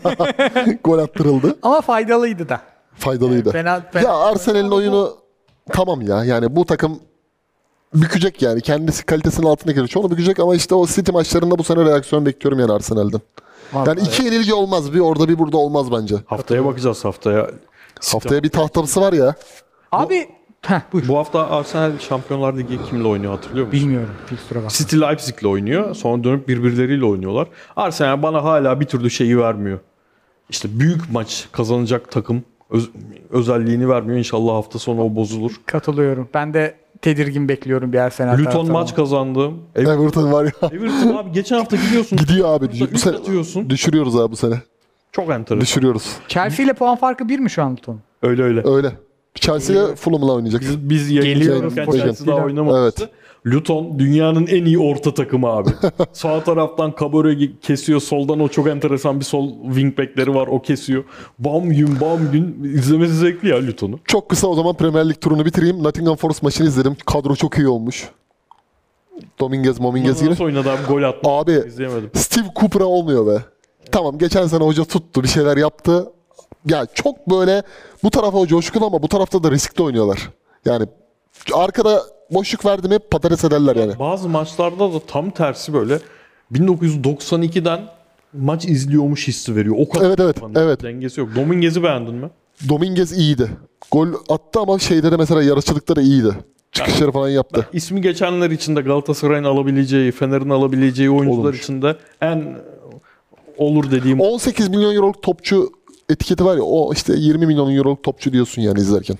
Gol attırıldı. Ama faydalıydı da. Faydalıydı. Fena, fena, Ya Arsenal'in oyunu tamam ya. Yani bu takım bükecek yani. Kendisi kalitesinin altındaki çoğunu bükecek ama işte o City maçlarında bu sene reaksiyon bekliyorum yani Arsenal'den. Vallahi. Yani iki yenilgi olmaz. Bir orada bir burada olmaz bence. Haftaya bakacağız haftaya. Haftaya bir tahtalısı var ya. Abi heh, buyur. Bu hafta Arsenal Şampiyonlar Ligi kimle oynuyor hatırlıyor musun? Bilmiyorum. Fikstüre bak. City Leipzig'le oynuyor. Sonra dönüp birbirleriyle oynuyorlar. Arsenal bana hala bir türlü şeyi vermiyor. İşte büyük maç kazanacak takım öz- özelliğini vermiyor. İnşallah hafta sonu o bozulur. Katılıyorum. Ben de tedirgin bekliyorum bir Arsenal Luton taraftarı maç kazandı. Ev- Everton var ya. Everton abi geçen hafta gidiyorsun. Gidiyor abi. Burada Bu üç sene atıyorsun. düşürüyoruz abi bu sene. Çok enteresan. Düşürüyoruz. Chelsea ile puan farkı bir mi şu an Luton? Öyle öyle. Öyle. Chelsea ile Fulham'la oynayacak. Biz, biz Geliyoruz yayınlarken hocam. Chelsea daha oynamamıştı. Luton dünyanın en iyi orta takımı abi. Sağ taraftan Kabore kesiyor. Soldan o çok enteresan bir sol wingbackleri var. O kesiyor. Bam gün bam gün izlemesi zevkli ya Luton'u. Çok kısa o zaman Premier Lig turunu bitireyim. Nottingham Forest maçını izledim. Kadro çok iyi olmuş. Dominguez, Mominguez gibi. Nasıl oynadı abi gol attı. Abi İzleyemedim. Steve Cooper'a olmuyor be. Tamam geçen sene hoca tuttu bir şeyler yaptı. Ya çok böyle bu tarafa o coşkulu ama bu tarafta da riskli oynuyorlar. Yani arkada boşluk verdi mi patates ederler yani. Bazı maçlarda da tam tersi böyle bin dokuz yüz doksan ikiden maç izliyormuş hissi veriyor. O kadar Evet, evet, hani evet. dengesi yok. Dominguez'i beğendin mi? Dominguez iyiydi. Gol attı ama şeyde de mesela yaratıcılıkta da iyiydi. Çıkışları falan yaptı. İsmi geçenler içinde Galatasaray'ın alabileceği, Fener'in alabileceği oyuncular Olurmuş. içinde en olur dediğim on sekiz milyon euroluk topçu etiketi var ya o işte yirmi milyon euroluk topçu diyorsun yani izlerken.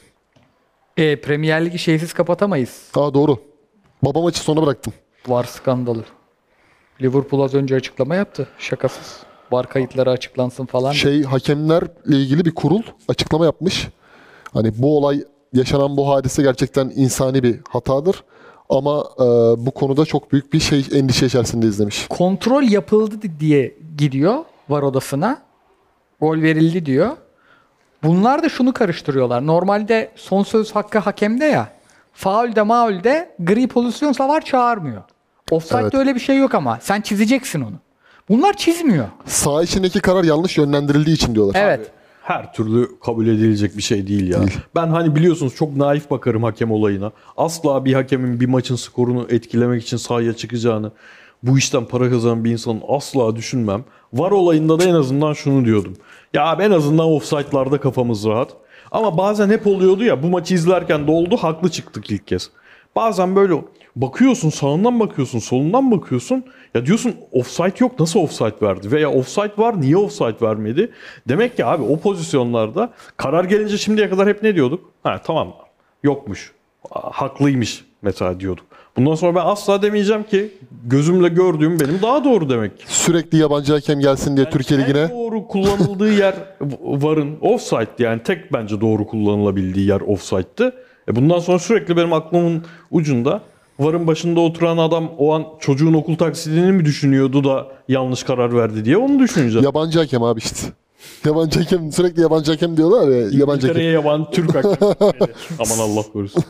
E, Premier Ligi şeysiz kapatamayız. Aa doğru. Baba maçı sona bıraktım. Var skandalı. Liverpool az önce açıklama yaptı. Şakasız. Var kayıtları açıklansın falan. Şey hakemlerle ilgili bir kurul açıklama yapmış. Hani bu olay yaşanan bu hadise gerçekten insani bir hatadır. Ama e, bu konuda çok büyük bir şey endişe içerisinde izlemiş. Kontrol yapıldı diye gidiyor var odasına. Gol verildi diyor. Bunlar da şunu karıştırıyorlar. Normalde son söz hakkı hakemde ya. Faulde maulde gri pozisyonsa var çağırmıyor. Offside'de Evet. öyle bir şey yok ama. Sen çizeceksin onu. Bunlar çizmiyor. Sağ içindeki karar yanlış yönlendirildiği için diyorlar. Evet. her türlü kabul edilecek bir şey değil ya. Ben hani biliyorsunuz çok naif bakarım hakem olayına. Asla bir hakemin bir maçın skorunu etkilemek için sahaya çıkacağını, bu işten para kazanan bir insanın asla düşünmem. VAR olayında da en azından şunu diyordum. Ya abi en azından offside'larda kafamız rahat. Ama bazen hep oluyordu ya, bu maçı izlerken de oldu, haklı çıktık ilk kez. Bazen böyle bakıyorsun, sağından bakıyorsun, solundan bakıyorsun. Ya diyorsun offside yok, nasıl offside verdi? Veya offside var, niye offside vermedi? Demek ki abi o pozisyonlarda karar gelince şimdiye kadar hep ne diyorduk? Ha tamam, yokmuş, haklıymış mesela diyorduk. Bundan sonra ben asla demeyeceğim ki gözümle gördüğüm benim daha doğru demek. Sürekli yabancı hakem gelsin diye Türkiye En Ligi'ne. doğru kullanıldığı yer VAR'ın offside, yani tek bence doğru kullanılabildiği yer offside'tı. E bundan sonra sürekli benim aklımın ucunda VAR'ın başında oturan adam o an çocuğun okul taksidini mi düşünüyordu da yanlış karar verdi diye onu düşüneceğim. Yabancı hakem abi işte. Yabancı hakem sürekli yabancı hakem diyorlar ya. Yabancı hakem. İngiltere'ye yabancı Türk hakem. Aman Allah korusun.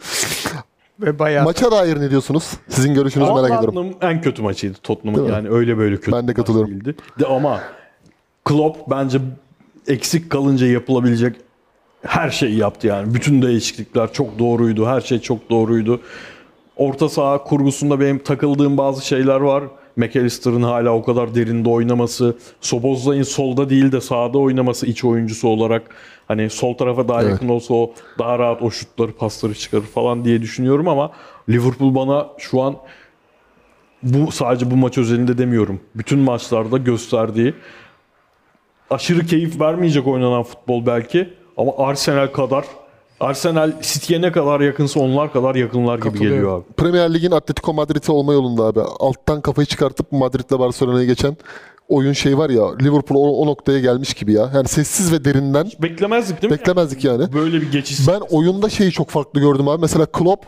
Ve bayağı Maça dair ne diyorsunuz? Sizin görüşünüzü merak ediyorum. Tottenham en kötü maçıydı Tottenham'ın, Değil mi? yani öyle böyle kötü Ben de bir maç katılıyorum. değildi. De ama Klopp bence eksik kalınca yapılabilecek her şeyi yaptı yani. Bütün değişiklikler çok doğruydu. Her şey çok doğruydu. Orta saha kurgusunda benim takıldığım bazı şeyler var. McAllister'ın hala o kadar derinde oynaması, Szoboszlai'nin solda değil de sağda oynaması iç oyuncusu olarak, hani sol tarafa daha Evet. yakın olsa o daha rahat o şutları, pasları çıkarır falan diye düşünüyorum ama Liverpool bana şu an, bu sadece bu maç özelinde demiyorum, bütün maçlarda gösterdiği aşırı keyif vermeyecek oynanan futbol belki ama Arsenal kadar, Arsenal City'ye ne kadar yakınsa onlar kadar yakınlar gibi Katılıyorum. geliyor abi. Premier Lig'in Atletico Madrid'i olma yolunda abi. Alttan kafayı çıkartıp Madrid'le Barcelona'ya geçen oyun şey var ya, Liverpool o, o noktaya gelmiş gibi ya. Yani sessiz ve derinden Beklemezdik değil mi? beklemezdik yani. Böyle bir geçiş. Ben oyunda şeyi çok farklı gördüm abi. Mesela Klopp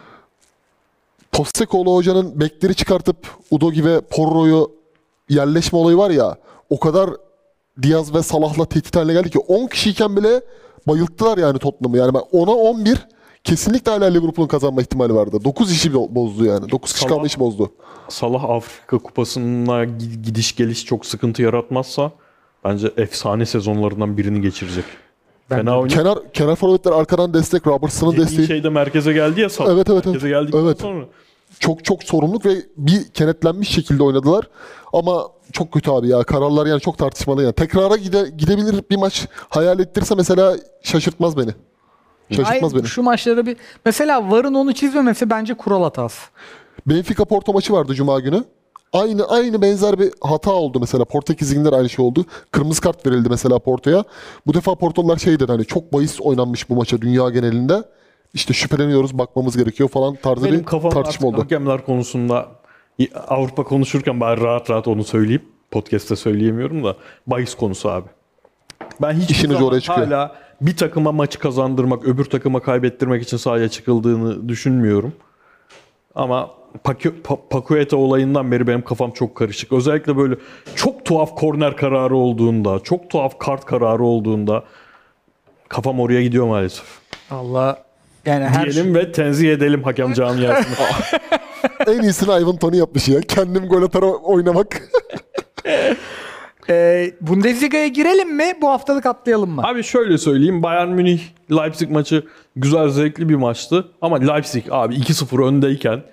Postecoğlu hocanın bekleri çıkartıp Udogi ve Porro'yu yerleşme olayı var ya, o kadar Diaz ve Salah'la tehdit haline geldi ki on kişiyken bile bayılttılar yani Tottenham'ı. Yani ben ona on bir kesinlikle hala Liverpool'un kazanma ihtimali vardı. dokuz işi bo- bozdu yani. dokuz kişi Salah- kalma işi bozdu. Salah Afrika Kupası'na gi- gidiş geliş çok sıkıntı yaratmazsa bence efsane sezonlarından birini geçirecek. Fena oynuyor. Kenar kenar forvetler arkadan destek, Robertson'ın Dediğin desteği. şeyde merkeze geldi ya Salah. Evet, evet, Merkeze evet. geldikten Evet. sonra. Çok çok sorumluluk ve bir kenetlenmiş şekilde oynadılar. Ama çok kötü abi ya. Kararlar yani çok tartışmalı yani. Tekrara gide, gidebilir bir maç hayal ettirse mesela şaşırtmaz beni. Şaşırtmaz Ay, beni. şu maçları bir mesela VAR'ın onu çizmemesi bence kural hatası. Benfica Porto maçı vardı Cuma günü. Aynı aynı benzer bir hata oldu mesela. Portekiz Ligi'nde aynı şey oldu. Kırmızı kart verildi mesela Porto'ya. Bu defa Portolular şey dedi hani çok bahis oynanmış bu maça dünya genelinde. İşte şüpheleniyoruz, bakmamız gerekiyor falan tarzı Benim bir kafam tartışma artık oldu. hakemler konusunda Avrupa konuşurken bari rahat rahat onu söyleyeyim. Podcast'te söyleyemiyorum da bahis konusu abi. Ben hiç İşin ucu oraya çıkıyor. hala bir takıma maçı kazandırmak, öbür takıma kaybettirmek için sahaya çıkıldığını düşünmüyorum. Ama Paku- Pa- Pakueta olayından beri benim kafam çok karışık. Özellikle böyle çok tuhaf korner kararı olduğunda, çok tuhaf kart kararı olduğunda kafam oraya gidiyor maalesef. Allah yani her Diyelim ve tenzih edelim hakem camiasını. En iyisini Ivan Toney yapmış ya. Kendim gol atar oynamak. Ee, Bundesliga'ya girelim mi? Bu haftalık atlayalım mı? Abi şöyle söyleyeyim. Bayern Münih Leipzig maçı güzel, zevkli bir maçtı. Ama Leipzig abi iki sıfır öndeyken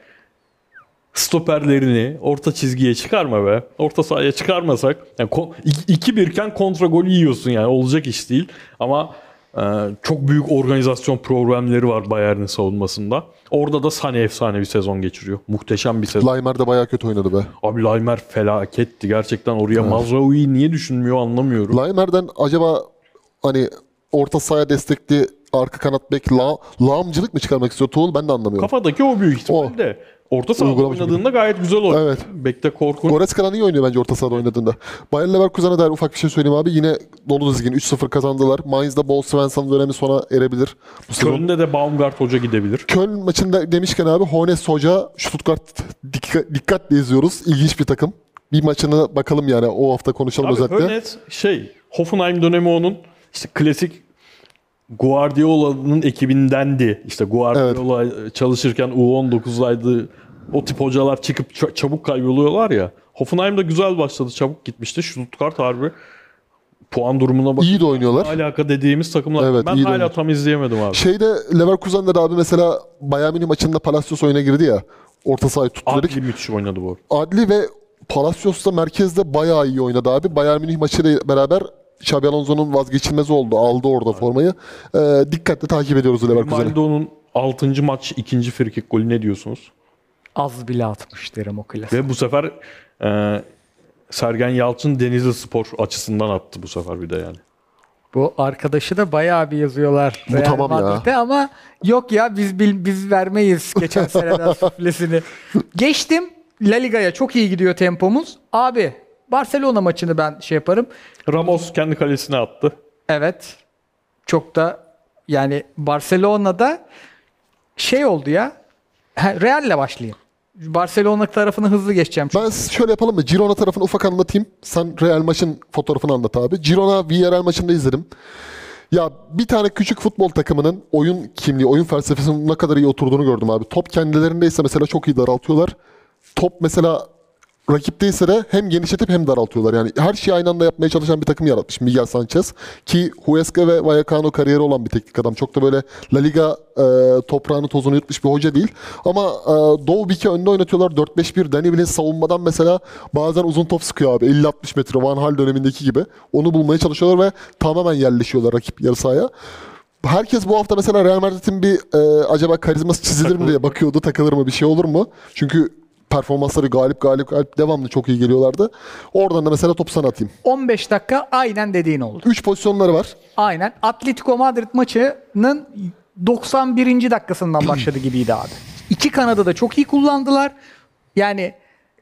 stoperlerini orta çizgiye çıkarma be. Orta sahaya çıkarmasak yani iki bir iken kontra golü yiyorsun yani. Olacak iş değil. Ama e, çok büyük organizasyon problemleri var Bayern'in savunmasında. Orada da Sané efsane bir sezon geçiriyor. Muhteşem bir sezon. Laimer de bayağı kötü oynadı be. Abi Laimer felaketti. Gerçekten oraya Mazraoui'yi niye düşünmüyor anlamıyorum. Laimer'den acaba hani orta sahaya destekli arka kanat bek la, lağımcılık mı çıkarmak istiyor Tuğul? Ben de anlamıyorum. Kafadaki o büyük ihtimalle. Orta sahada Uygulamış oynadığında gayet güzel oynuyor. Evet. Bekte korkunç. Goretzka'dan iyi oynuyor bence orta sahada oynadığında. Bayer Leverkusen'e dair ufak bir şey söyleyeyim abi. Yine dolu dizgin üç sıfır kazandılar. Mainz'da Bo Svensson dönemi sona erebilir. Bu sezon. Köln'de de Baumgart hoca gidebilir. Köln maçında demişken abi Hoeneß Hoca Stuttgart dikkat, dikkatle izliyoruz. İlginç bir takım. Bir maçına bakalım yani o hafta konuşalım Abi özetle. Hönes şey Hoffenheim dönemi onun işte klasik Guardiola'nın ekibindendi. İşte Guardiola çalışırken U on dokuzdaydı. O tip hocalar çıkıp ç- çabuk kayboluyorlar ya. Hoffenheim'da güzel başladı. Çabuk gitmişti. Stuttgart harbi puan durumuna bak. İyi de oynuyorlar. Alaka dediğimiz takımlar. Evet, ben iyi de hala oynuyor. tam izleyemedim abi. Şeyde Leverkusen'de de abi mesela Bayern Münih maçında Palacios oyuna girdi ya. Orta sahayı tuttu dedik. Adli müthiş oynadı bu. Adli ve Palacios da merkezde bayağı iyi oynadı abi. Bayern Münih maçıyla beraber Xabi Alonso'nun vazgeçilmezi oldu. Aldı orada formayı. Ee, dikkatle takip ediyoruz Leverkusen'i. Grimaldo'nun altıncı maç ikinci frikik golü ne diyorsunuz? Az bile atmış derim o klasik. Ve bu sefer e, Sergen Yalçın Denizli Spor açısından attı bu sefer bir de yani. Bu arkadaşı da bayağı bir yazıyorlar. Bu Real tamam ya. Madrid'de ama yok ya biz bil- biz vermeyiz geçen seneden suflesini. Geçtim La Liga'ya çok iyi gidiyor tempomuz. Abi Barcelona maçını ben şey yaparım. Ramos kendi kalesine attı. Evet. Çok da yani Barcelona'da şey oldu ya. Ha, Real'le başlayayım. Barcelona tarafını hızlı geçeceğim. Çünkü. Ben şöyle yapalım mı? Girona tarafını ufak anlatayım. Sen Real maçın fotoğrafını anlat abi. Girona Villarreal maçında izledim. Ya bir tane küçük futbol takımının oyun kimliği, oyun felsefesinin ne kadar iyi oturduğunu gördüm abi. Top kendilerindeyse mesela çok iyi daraltıyorlar. Top mesela rakipteyse de hem genişletip hem daraltıyorlar. Yani her şeyi aynı anda yapmaya çalışan bir takım yaratmış Miguel Sanchez. Ki Huesca ve Vallecano kariyeri olan bir teknik adam. Çok da böyle La Liga e, toprağını tozunu yutmuş bir hoca değil. Ama e, Doğu Bik'i önde oynatıyorlar. dört beş bir. Danny Blin savunmadan mesela bazen uzun top sıkıyor abi. elli altmış metre Van Hal dönemindeki gibi. Onu bulmaya çalışıyorlar ve tamamen yerleşiyorlar rakip yarı sahaya. Herkes bu hafta mesela Real Madrid'in bir e, acaba karizması çizilir mi diye bakıyordu. Takılır mı bir şey olur mu? Çünkü performansları galip galip galip devamlı çok iyi geliyorlardı. Oradan da mesela topu sana atayım. on beş dakika aynen dediğin oldu. üç pozisyonları var. Aynen. Atletico Madrid maçının doksan birinci dakikasından başladı gibiydi abi. İki kanadı da çok iyi kullandılar. Yani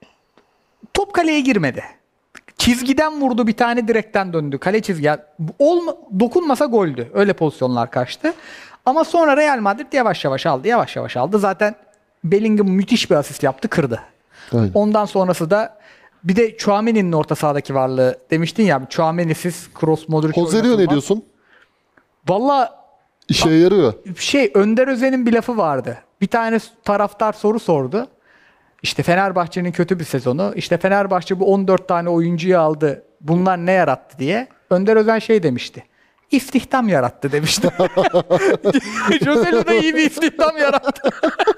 top kaleye girmedi. Çizgiden vurdu bir tane direkten döndü. Kale çizgi. Olma, dokunmasa goldü. Öyle pozisyonlar kaçtı. Ama sonra Real Madrid yavaş yavaş aldı. Yavaş yavaş aldı. Zaten Bellingham müthiş bir asist yaptı. Kırdı. Aynen. Ondan sonrası da Bir de Tchouaméni'nin orta sahadaki varlığı demiştin ya. Tchouaméni'siz Kroos, Modric Joselu ne oynatılmaz. diyorsun? Valla İşe yarıyor. şey Önder Özen'in bir lafı vardı. Bir tane taraftar soru sordu. İşte Fenerbahçe'nin kötü bir sezonu. İşte Fenerbahçe bu on dört tane oyuncuyu aldı. Bunlar ne yarattı diye. Önder Özen şey demişti. İstihdam yarattı demişti. Joselu da iyi bir istihdam yarattı.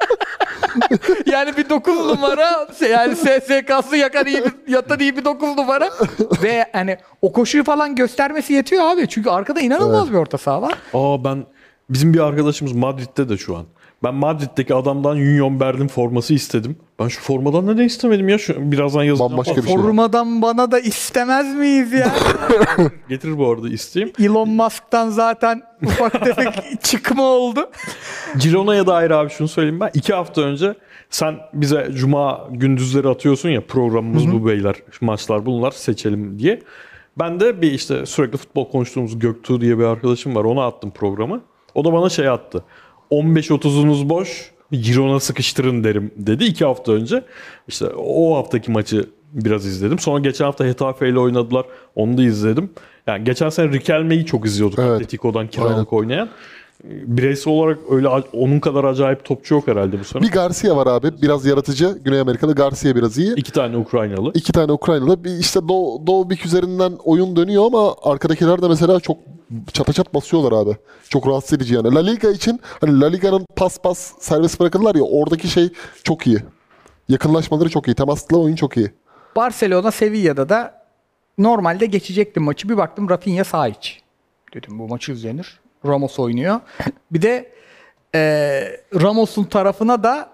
Yani bir dokuz numara, yani S S K'sı yakan iyi bir, yatan iyi bir dokuz numara ve hani o koşuyu falan göstermesi yetiyor abi. Çünkü arkada inanılmaz Evet. bir orta saha var. Aa ben bizim bir arkadaşımız Madrid'de de şu an. Ben Madrid'deki adamdan Union Berlin forması istedim. Ben şu formadan neden istemedim ya? Şu, birazdan yazacağım. Bambaşka Bak, bir şey. Formadan bana da istemez miyiz ya? Getirir bu arada isteyeyim. Elon Musk'tan zaten ufak tefek çıkma oldu. Girona'ya dair abi şunu söyleyeyim ben. İki hafta önce sen bize cuma gündüzleri atıyorsun ya, programımız bu beyler, maçlar bunlar, seçelim diye. Ben de bir işte sürekli futbol konuştuğumuz Göktuğ diye bir arkadaşım var. Ona attım programı. O da bana şey attı. on beş otuzunuz boş, Girona sıkıştırın derim dedi iki hafta önce. İşte o haftaki maçı biraz izledim. Sonra geçen hafta Getafe ile oynadılar. Onu da izledim. Yani geçen sene Riquelme'yi çok izliyorduk. Evet. Atletico'dan kiralık oynayan. Bireysel olarak öyle onun kadar acayip topçu yok herhalde bu sene. Bir Garcia var abi. Biraz yaratıcı. Güney Amerikalı Garcia biraz iyi. İki tane Ukraynalı. İki tane Ukraynalı. Bir işte Doğu, Doğu Bik üzerinden oyun dönüyor ama arkadakiler de mesela çok çataçat basıyorlar abi. Çok rahatsız edici yani. La Liga için hani La Liga'nın pas pas serbest bırakırlar ya, oradaki şey çok iyi. Yakınlaşmaları çok iyi. Temaslı oyun çok iyi. Barcelona Sevilla'da da normalde geçecektim maçı. Bir baktım Rafinha sağ iç. Dedim bu maçı izlenir. Ramos oynuyor. Bir de e, Ramos'un tarafına da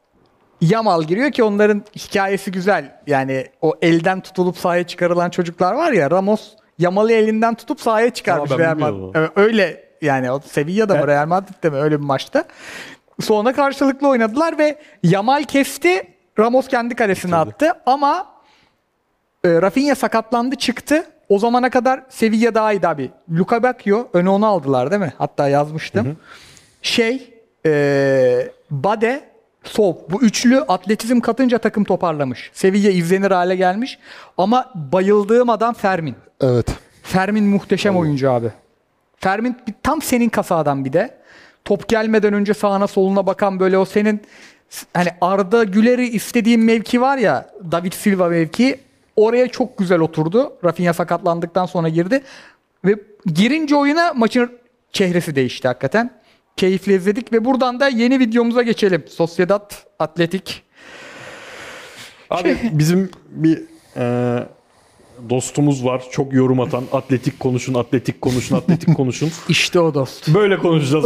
Yamal giriyor ki onların hikayesi güzel. Yani o elden tutulup sahaya çıkarılan çocuklar var ya, Ramos Yamal'ı elinden tutup sahaya çıkarmış Aa, ben Real bilmiyordum Madrid. Evet, öyle yani o Sevilla'da mı Evet. Real Madrid'de mi öyle bir maçta. Sonra karşılıklı oynadılar ve Yamal kesti, Ramos kendi kalesine attı ama e, Rafinha sakatlandı, çıktı. O zamana kadar Sevilla daha iyiydi abi. Luka Bacchio öne onu aldılar değil mi? Hatta yazmıştım. Hı hı. Şey e, Bade, Sol. Bu üçlü atletizm katınca takım toparlamış. Sevilla izlenir hale gelmiş. Ama bayıldığım adam Fermin. Evet. Fermin muhteşem oyuncu abi. Fermin tam senin kasadan bir de. Top gelmeden önce sağına soluna bakan, böyle o senin hani Arda Güler'i istediğin mevki var ya, David Silva mevki, oraya çok güzel oturdu. Rafinha sakatlandıktan sonra girdi. Ve girince oyuna maçın çehresi değişti hakikaten. Keyifli izledik ve buradan da yeni videomuza geçelim. Sociedad Atletik. Abi bizim bir e, dostumuz var. Çok yorum atan. Atletik konuşun, atletik konuşun, atletik konuşun. İşte o dost. Böyle konuşacağız.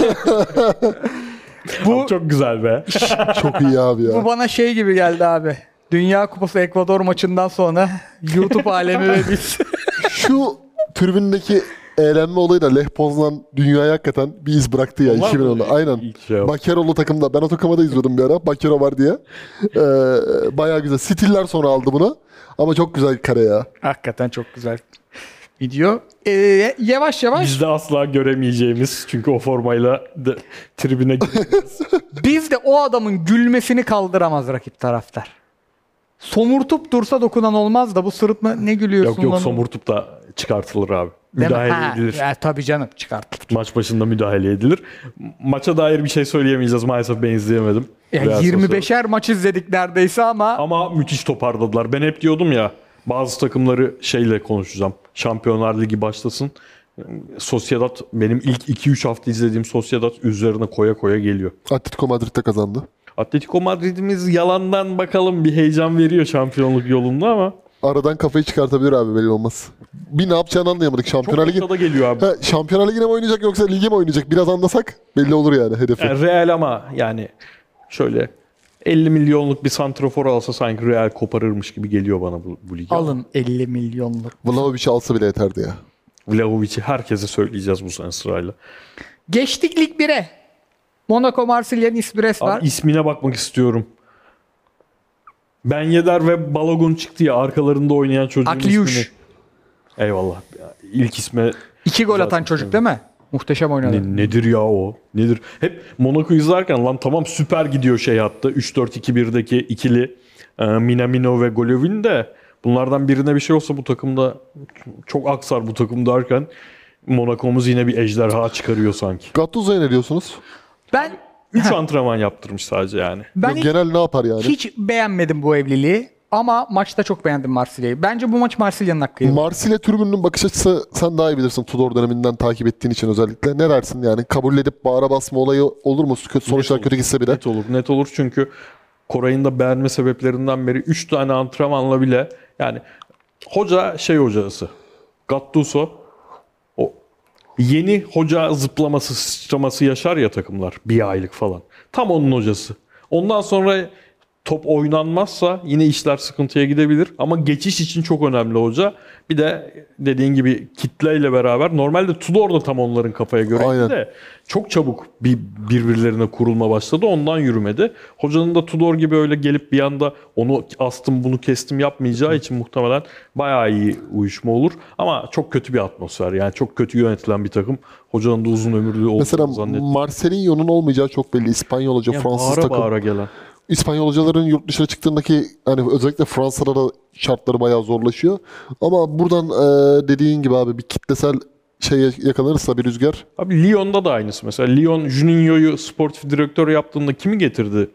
Bu abi çok güzel be. Çok iyi abi ya. Bu bana şey gibi geldi abi. Dünya Kupası Ekvador maçından sonra YouTube alemi ve biz. Şu tribündeki eğlenme olayı da Lech Poznan dünyaya hakikaten bir iz bıraktı ya Onlar iki bin onda. mı? Aynen. İlk şey o. Bakeroğlu takımda. Ben o takıma da izliyordum bir ara. Bakero var diye. Ee, bayağı güzel. Stiller sonra aldı bunu. Ama çok güzel kare ya. Hakikaten çok güzel video. Ee, yavaş yavaş Biz de asla göremeyeceğimiz, çünkü o formayla de, tribüne gideceğiz. biz de o adamın gülmesini kaldıramaz rakip taraftar. Somurtup dursa dokunan olmaz da bu sırıtma ne gülüyorsun Yok yok, lan? somurtup da çıkartılır abi. Değil mi? Müdahale Ha, edilir. ya, tabii canım çıkartılır. Maç başında müdahale edilir. Maça dair bir şey söyleyemeyeceğiz. Maalesef ben izleyemedim. Ya Real yirmi Sociedad. beşer maç izledik neredeyse ama Ama müthiş toparladılar. Ben hep diyordum ya, bazı takımları şeyle konuşacağım. Şampiyonlar Ligi başlasın. Sociedad benim ilk iki üç hafta izlediğim Sociedad üzerine koya koya geliyor. Atletico Madrid'de kazandı. Atletico Madrid'imiz yalandan bakalım bir heyecan veriyor şampiyonluk yolunda ama Aradan kafayı çıkartabilir abi, belli olmaz. Bir ne yapacağını anlayamadık. çok Şampiyonlar Ligi... ortada geliyor abi. Ha, Şampiyonlar Ligi'ne mi oynayacak yoksa lige mi oynayacak? Biraz anlasak belli olur yani hedefi. Yani Real, ama yani şöyle elli milyonluk bir santrafor alsa sanki Real koparırmış gibi geliyor bana bu, bu ligi. alın elli milyonluk. Vlahovic'i alsa bile yeterdi ya. Vlahovic'i herkese söyleyeceğiz bu sene sırayla. Geçtik Lig bire. Monaco, Marsilya, Nice, Brest var. Abi ismine bakmak istiyorum. Ben Yedder ve Balogun çıktı ya, arkalarında oynayan çocuğun Akliuş. ismini. Eyvallah. İlk isme İki gol Zaten atan çocuk değil mi? Muhteşem oynadı. ne, nedir ya o? Nedir? Hep Monaco izlerken lan tamam süper gidiyor şey hattı. üç dört iki birdeki ikili e, Minamino ve Golovin de bunlardan birine bir şey olsa bu takımda çok aksar bu takım derken Monaco'muz yine bir ejderha çıkarıyor sanki. Gattuso'ya ne diyorsunuz? Ben üç antrenman yaptırmış sadece yani. ben Yok, hiç, genel ne yapar yani? hiç beğenmedim bu evliliği ama maçta çok beğendim Marsilya'yı. Bence bu maç Marsilya'nın hakkıydı. Marsilya tribününün bakış açısı sen daha iyi bilirsin Tudor döneminden takip ettiğin için özellikle. Ne dersin yani? Kabul edip bağıra basma olayı olur mu? Kötü, sonuçlar Net kötü olur. gitse bile. Net olur. Net olur çünkü Koray'ın da beğenme sebeplerinden beri üç tane antrenmanla bile yani hoca şey hocası Gattuso o yeni hoca zıplaması sıçraması yaşar ya takımlar bir aylık falan. Tam onun hocası. Ondan sonra top oynanmazsa yine işler sıkıntıya gidebilir ama geçiş için çok önemli hoca. Bir de dediğin gibi kitleyle beraber normalde Tudor da tam onların kafaya göre Aynen. de çok çabuk bir birbirlerine kurulma başladı. Ondan yürümedi. Hocanın da Tudor gibi öyle gelip bir anda onu astım bunu kestim yapmayacağı için muhtemelen bayağı iyi uyuşma olur. Ama çok kötü bir atmosfer. Yani çok kötü yönetilen bir takım. Hocanın da uzun ömürlü Mesela olduğunu zannettim. Marcelinho'nun olmayacağı çok belli. İspanyol hoca, Yani Fransız bağıra takım. bağıra gelen. İspanyol hocaların yurt dışına çıktığındaki hani özellikle Fransa'da da şartları bayağı zorlaşıyor. Ama buradan e, dediğin gibi abi bir kitlesel şeye yakalanırsa bir rüzgar. Abi Lyon'da da aynısı. Mesela Lyon Juninho'yu sportif direktör yaptığında kimi getirdi?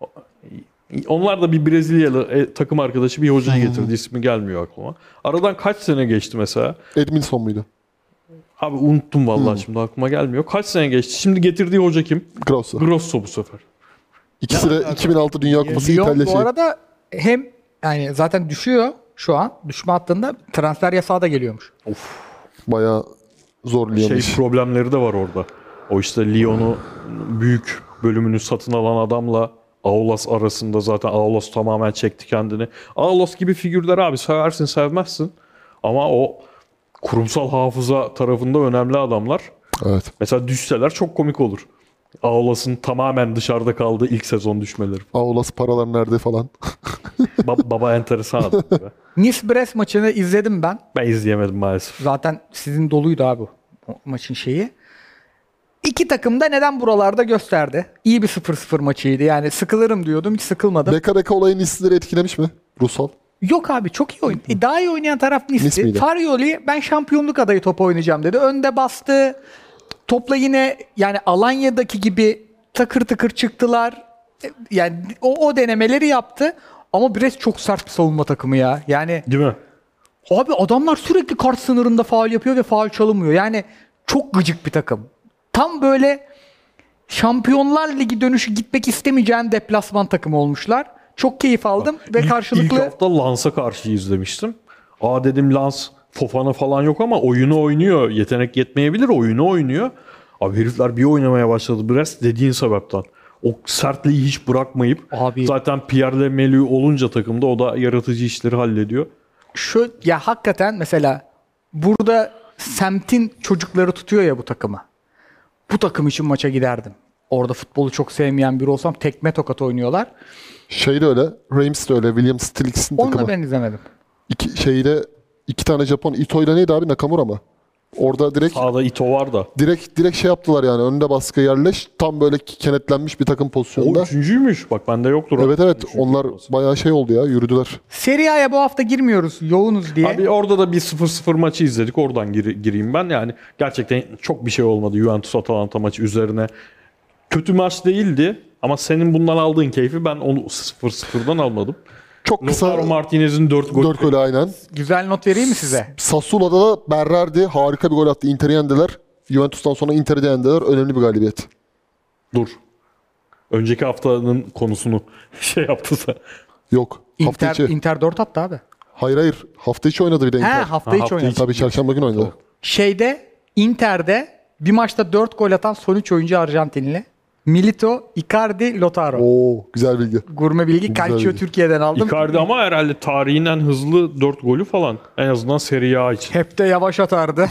Onlar da bir Brezilyalı e, takım arkadaşı bir hocayı getirdi. İsmi gelmiyor aklıma. Aradan kaç sene geçti mesela? Edmilson muydu? Abi unuttum vallahi şimdi aklıma gelmiyor. Kaç sene geçti? Şimdi getirdiği hoca kim? Grosso. Grosso bu sefer. İkisi de iki bin altı Dünya Kupası Lyon İtalya bu şey. arada hem yani zaten düşüyor şu an. Düşme hattında transfer yasağı da geliyormuş. Bayağı zorlayan Şey problemleri de var orada. O işte Lyon'u büyük bölümünü satın alan adamla Aulas arasında zaten Aulas tamamen çekti kendini. Aulas gibi figürler abi seversin sevmezsin. Ama o kurumsal hafıza tarafında önemli adamlar. Evet. Mesela düşseler çok komik olur. Aulas'ın tamamen dışarıda kaldığı ilk sezon düşmeleri. Aulas paralar nerede falan. Ba- baba enteresan adam. be. Nice-Brest maçını izledim ben. Ben izleyemedim maalesef. Zaten sizin doluydu abi o maçın şeyi. İki takım da neden buralarda gösterdi. İyi bir sıfır sıfır maçıydı. Yani sıkılırım diyordum. Hiç sıkılmadım. Beka beka olayın Nice'leri etkilemiş mi? Rusal. Yok abi çok iyi oyun. E, daha iyi oynayan taraf Nice Nice'ti. miydi? Farioli ben şampiyonluk adayı top oynayacağım dedi. Önde bastı. Topla yine yani Alanya'daki gibi takır tıkır çıktılar. E, Yani o, o denemeleri yaptı. Ama Brest çok sert bir savunma takımı ya. Yani Değil mi? abi adamlar sürekli kart sınırında faul yapıyor ve faul çalınmıyor. Yani çok gıcık bir takım. Tam böyle Şampiyonlar Ligi dönüşü gitmek istemeyeceğin deplasman takımı olmuşlar. Çok keyif aldım ve İlk- karşılıklı İlk hafta Lans'a karşı izlemiştim. Aa dedim Lans Fofana falan yok ama oyunu oynuyor. Yetenek yetmeyebilir oyunu oynuyor. Abi herifler bir oynamaya başladı Brest dediğin sebepten. O sertliği hiç bırakmayıp Abi- zaten Pierre Lemelu olunca takımda o da yaratıcı işleri hallediyor. şu ya hakikaten mesela burada semtin çocukları tutuyor ya bu takımı. Bu takım için maça giderdim. Orada futbolu çok sevmeyen biri olsam tekme tokat oynuyorlar. Şey de öyle. Reims de öyle. William Stilix'in Onu da takımı. ben izlemedim. İki, şeyde iki tane Japon. Ito'yla neydi abi? Nakamura mı? Orada direkt Sağda Ito var da. direkt direkt şey yaptılar yani. Önde baskı yerleş. Tam böyle kenetlenmiş bir takım O pozisyonunda. üçüncüymüş. Bak bende yoktur. o. Evet evet. Üçüncü Onlar olması. bayağı şey oldu ya. Yürüdüler. Serie A'ya bu hafta girmiyoruz. Yoğunuz diye. Abi orada da bir sıfır sıfır maçı izledik. Oradan gir- gireyim ben. Yani gerçekten çok bir şey olmadı Juventus Atalanta maçı üzerine. Kötü maç değildi ama senin bundan aldığın keyfi ben onu sıfır sıfırdan almadım. Çok kısa Lautaro Martinez'in dört gol. dört golü aynen. Güzel not vereyim mi size? Sassuolo'da da Berardi harika bir gol attı. Inter'i yendiler. Juventus'tan sonra Inter'i de yendiler. Önemli bir galibiyet. Dur. Önceki haftanın konusunu şey yaptıysa. Yok. Hafta Inter, içi. Inter dört attı abi. Hayır hayır. Hafta içi oynadı bir de He Inter. hafta Ha, içi hafta oynadı. içi. Tabii çarşamba günü oynadı. Şeyde Inter'de bir maçta dört gol atan son üç oyuncu Arjantinli. Milito, Icardi, Lautaro. Oo güzel bilgi. Gurme bilgi Güzel Calcio bilgi. Türkiye'den aldım. Icardi ama herhalde tarihin en hızlı dört golü falan. En azından Serie A için. Hep de yavaş atardı.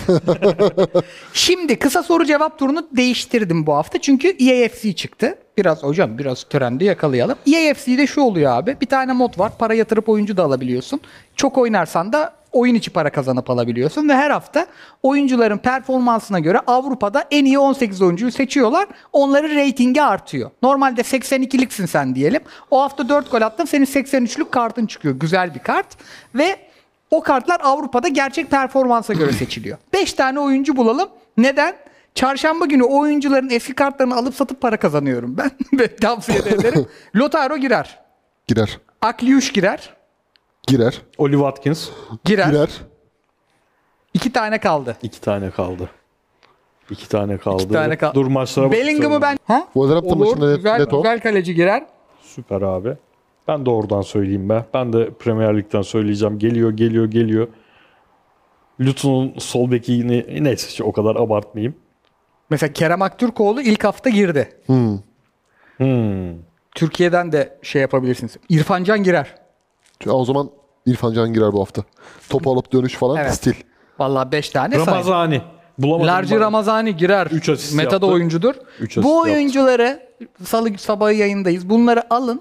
Şimdi kısa soru cevap turunu değiştirdim bu hafta. Çünkü E A F C çıktı. Biraz hocam biraz trendi yakalayalım. E A F C'de şu oluyor abi. Bir tane mod var. Para yatırıp oyuncu da alabiliyorsun. Çok oynarsan da oyun içi para kazanıp alabiliyorsun ve her hafta oyuncuların performansına göre Avrupa'da en iyi on sekiz oyuncuyu seçiyorlar. Onların reytingi artıyor. Normalde seksen ikiliksin sen diyelim. O hafta dört gol attın, senin seksen üçlük kartın çıkıyor. Güzel bir kart ve o kartlar Avrupa'da gerçek performansa göre seçiliyor. beş tane oyuncu bulalım. Neden? Çarşamba günü o oyuncuların eski kartlarını alıp satıp para kazanıyorum ben. Ve tavsiye de ederim. Lotaro girer. Girer. Akliuş girer. Girer. Oli Watkins. Girer. Girer. İki tane kaldı. İki tane kaldı. İki tane kaldı. İki tane kaldı. Dur maçlara Bellingham'ı ben... Ha? Wolverhampton maçında net- güzel, net o. güzel kaleci girer. Süper abi. Ben de oradan söyleyeyim be. Ben de Premier Lig'den söyleyeceğim. Geliyor, geliyor, geliyor. Luton'un sol bekini neyse o kadar abartmayayım. Mesela Kerem Aktürkoğlu ilk hafta girdi. Hmm. Hmm. Türkiye'den de şey yapabilirsiniz. İrfan Can girer. Ya o zaman İrfan Can girer bu hafta. Topu alıp dönüş falan Evet. stil. Vallahi beş tane say. Ramazani. Bulamadım. Larci ben. Ramazani girer. Üç asist Meta'da yaptı. oyuncudur. Üç asist Bu yaptı. oyuncuları salı sabahı yayındayız. Bunları alın.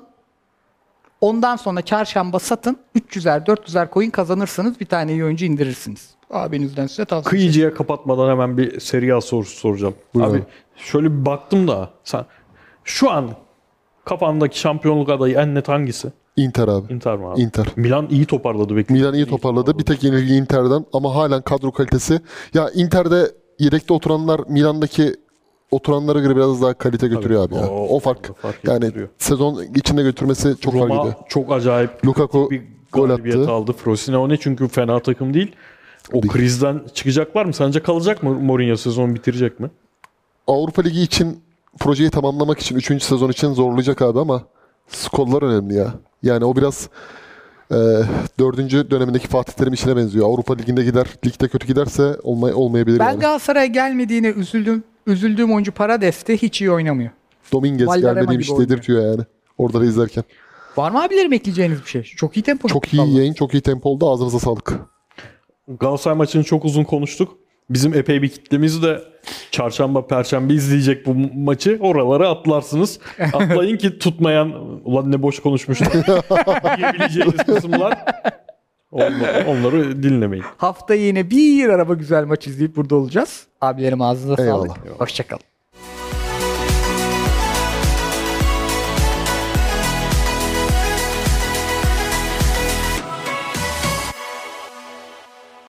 Ondan sonra çarşamba satın. üç yüzer dört yüzer coin kazanırsınız. Bir tane iyi oyuncu indirirsiniz. Abinizden size tavsiye. Kıyıcıya kapatmadan hemen bir seri A sorusu soracağım. Buyur abi abi. şöyle bir baktım da sen şu an kafandaki şampiyonluk adayı en net hangisi? Inter abi. Inter mi abi? Inter. Milan iyi toparladı. Bekle. Milan iyi toparladı. Bir tek yenilgi Inter'den ama halen kadro kalitesi. Ya Inter'de yedekte oturanlar Milan'daki oturanlara göre biraz daha kalite götürüyor abi ya. O- O, fark. fark Yani ettiriyor. sezon içinde götürmesi çok fark Roma ediyor. çok acayip Lukaku bir gol galibiyet attı. aldı. Frosinone çünkü fena takım değil. O Değil. krizden çıkacaklar mı? Sence kalacak mı Mourinho, sezon bitirecek mi? Avrupa Ligi için projeyi tamamlamak için üçüncü sezon için zorlayacak abi ama skorlar önemli ya. Yani o biraz e, dördüncü dönemindeki Fatih Terim işine benziyor. Avrupa Ligi'nde gider, ligde kötü giderse olmay olmayabilir Ben yani. Galatasaray'a gelmediğine üzüldüm. Üzüldüğüm oyuncu Parades'te hiç iyi oynamıyor. Dominguez Valderrama gelmediğim gibi işte dedirtiyor yani. Orada da izlerken. Var mı abilerim ekleyeceğiniz bir şey? Çok iyi tempo. Çok iyi Vallahi. yayın, çok iyi tempo oldu. Ağzınıza sağlık. Galatasaray maçını çok uzun konuştuk. Bizim epey bir kitlemiz de çarşamba, perşembe izleyecek bu maçı. Oralara atlarsınız. Atlayın ki tutmayan, ulan ne boş konuşmuşlar diyebileceğiniz kısımlar. Onları, onları dinlemeyin. Haftaya yine bir araba güzel maç izleyip burada olacağız. Abilerim ağzınıza Eyvallah. sağlık. Hoşçakalın.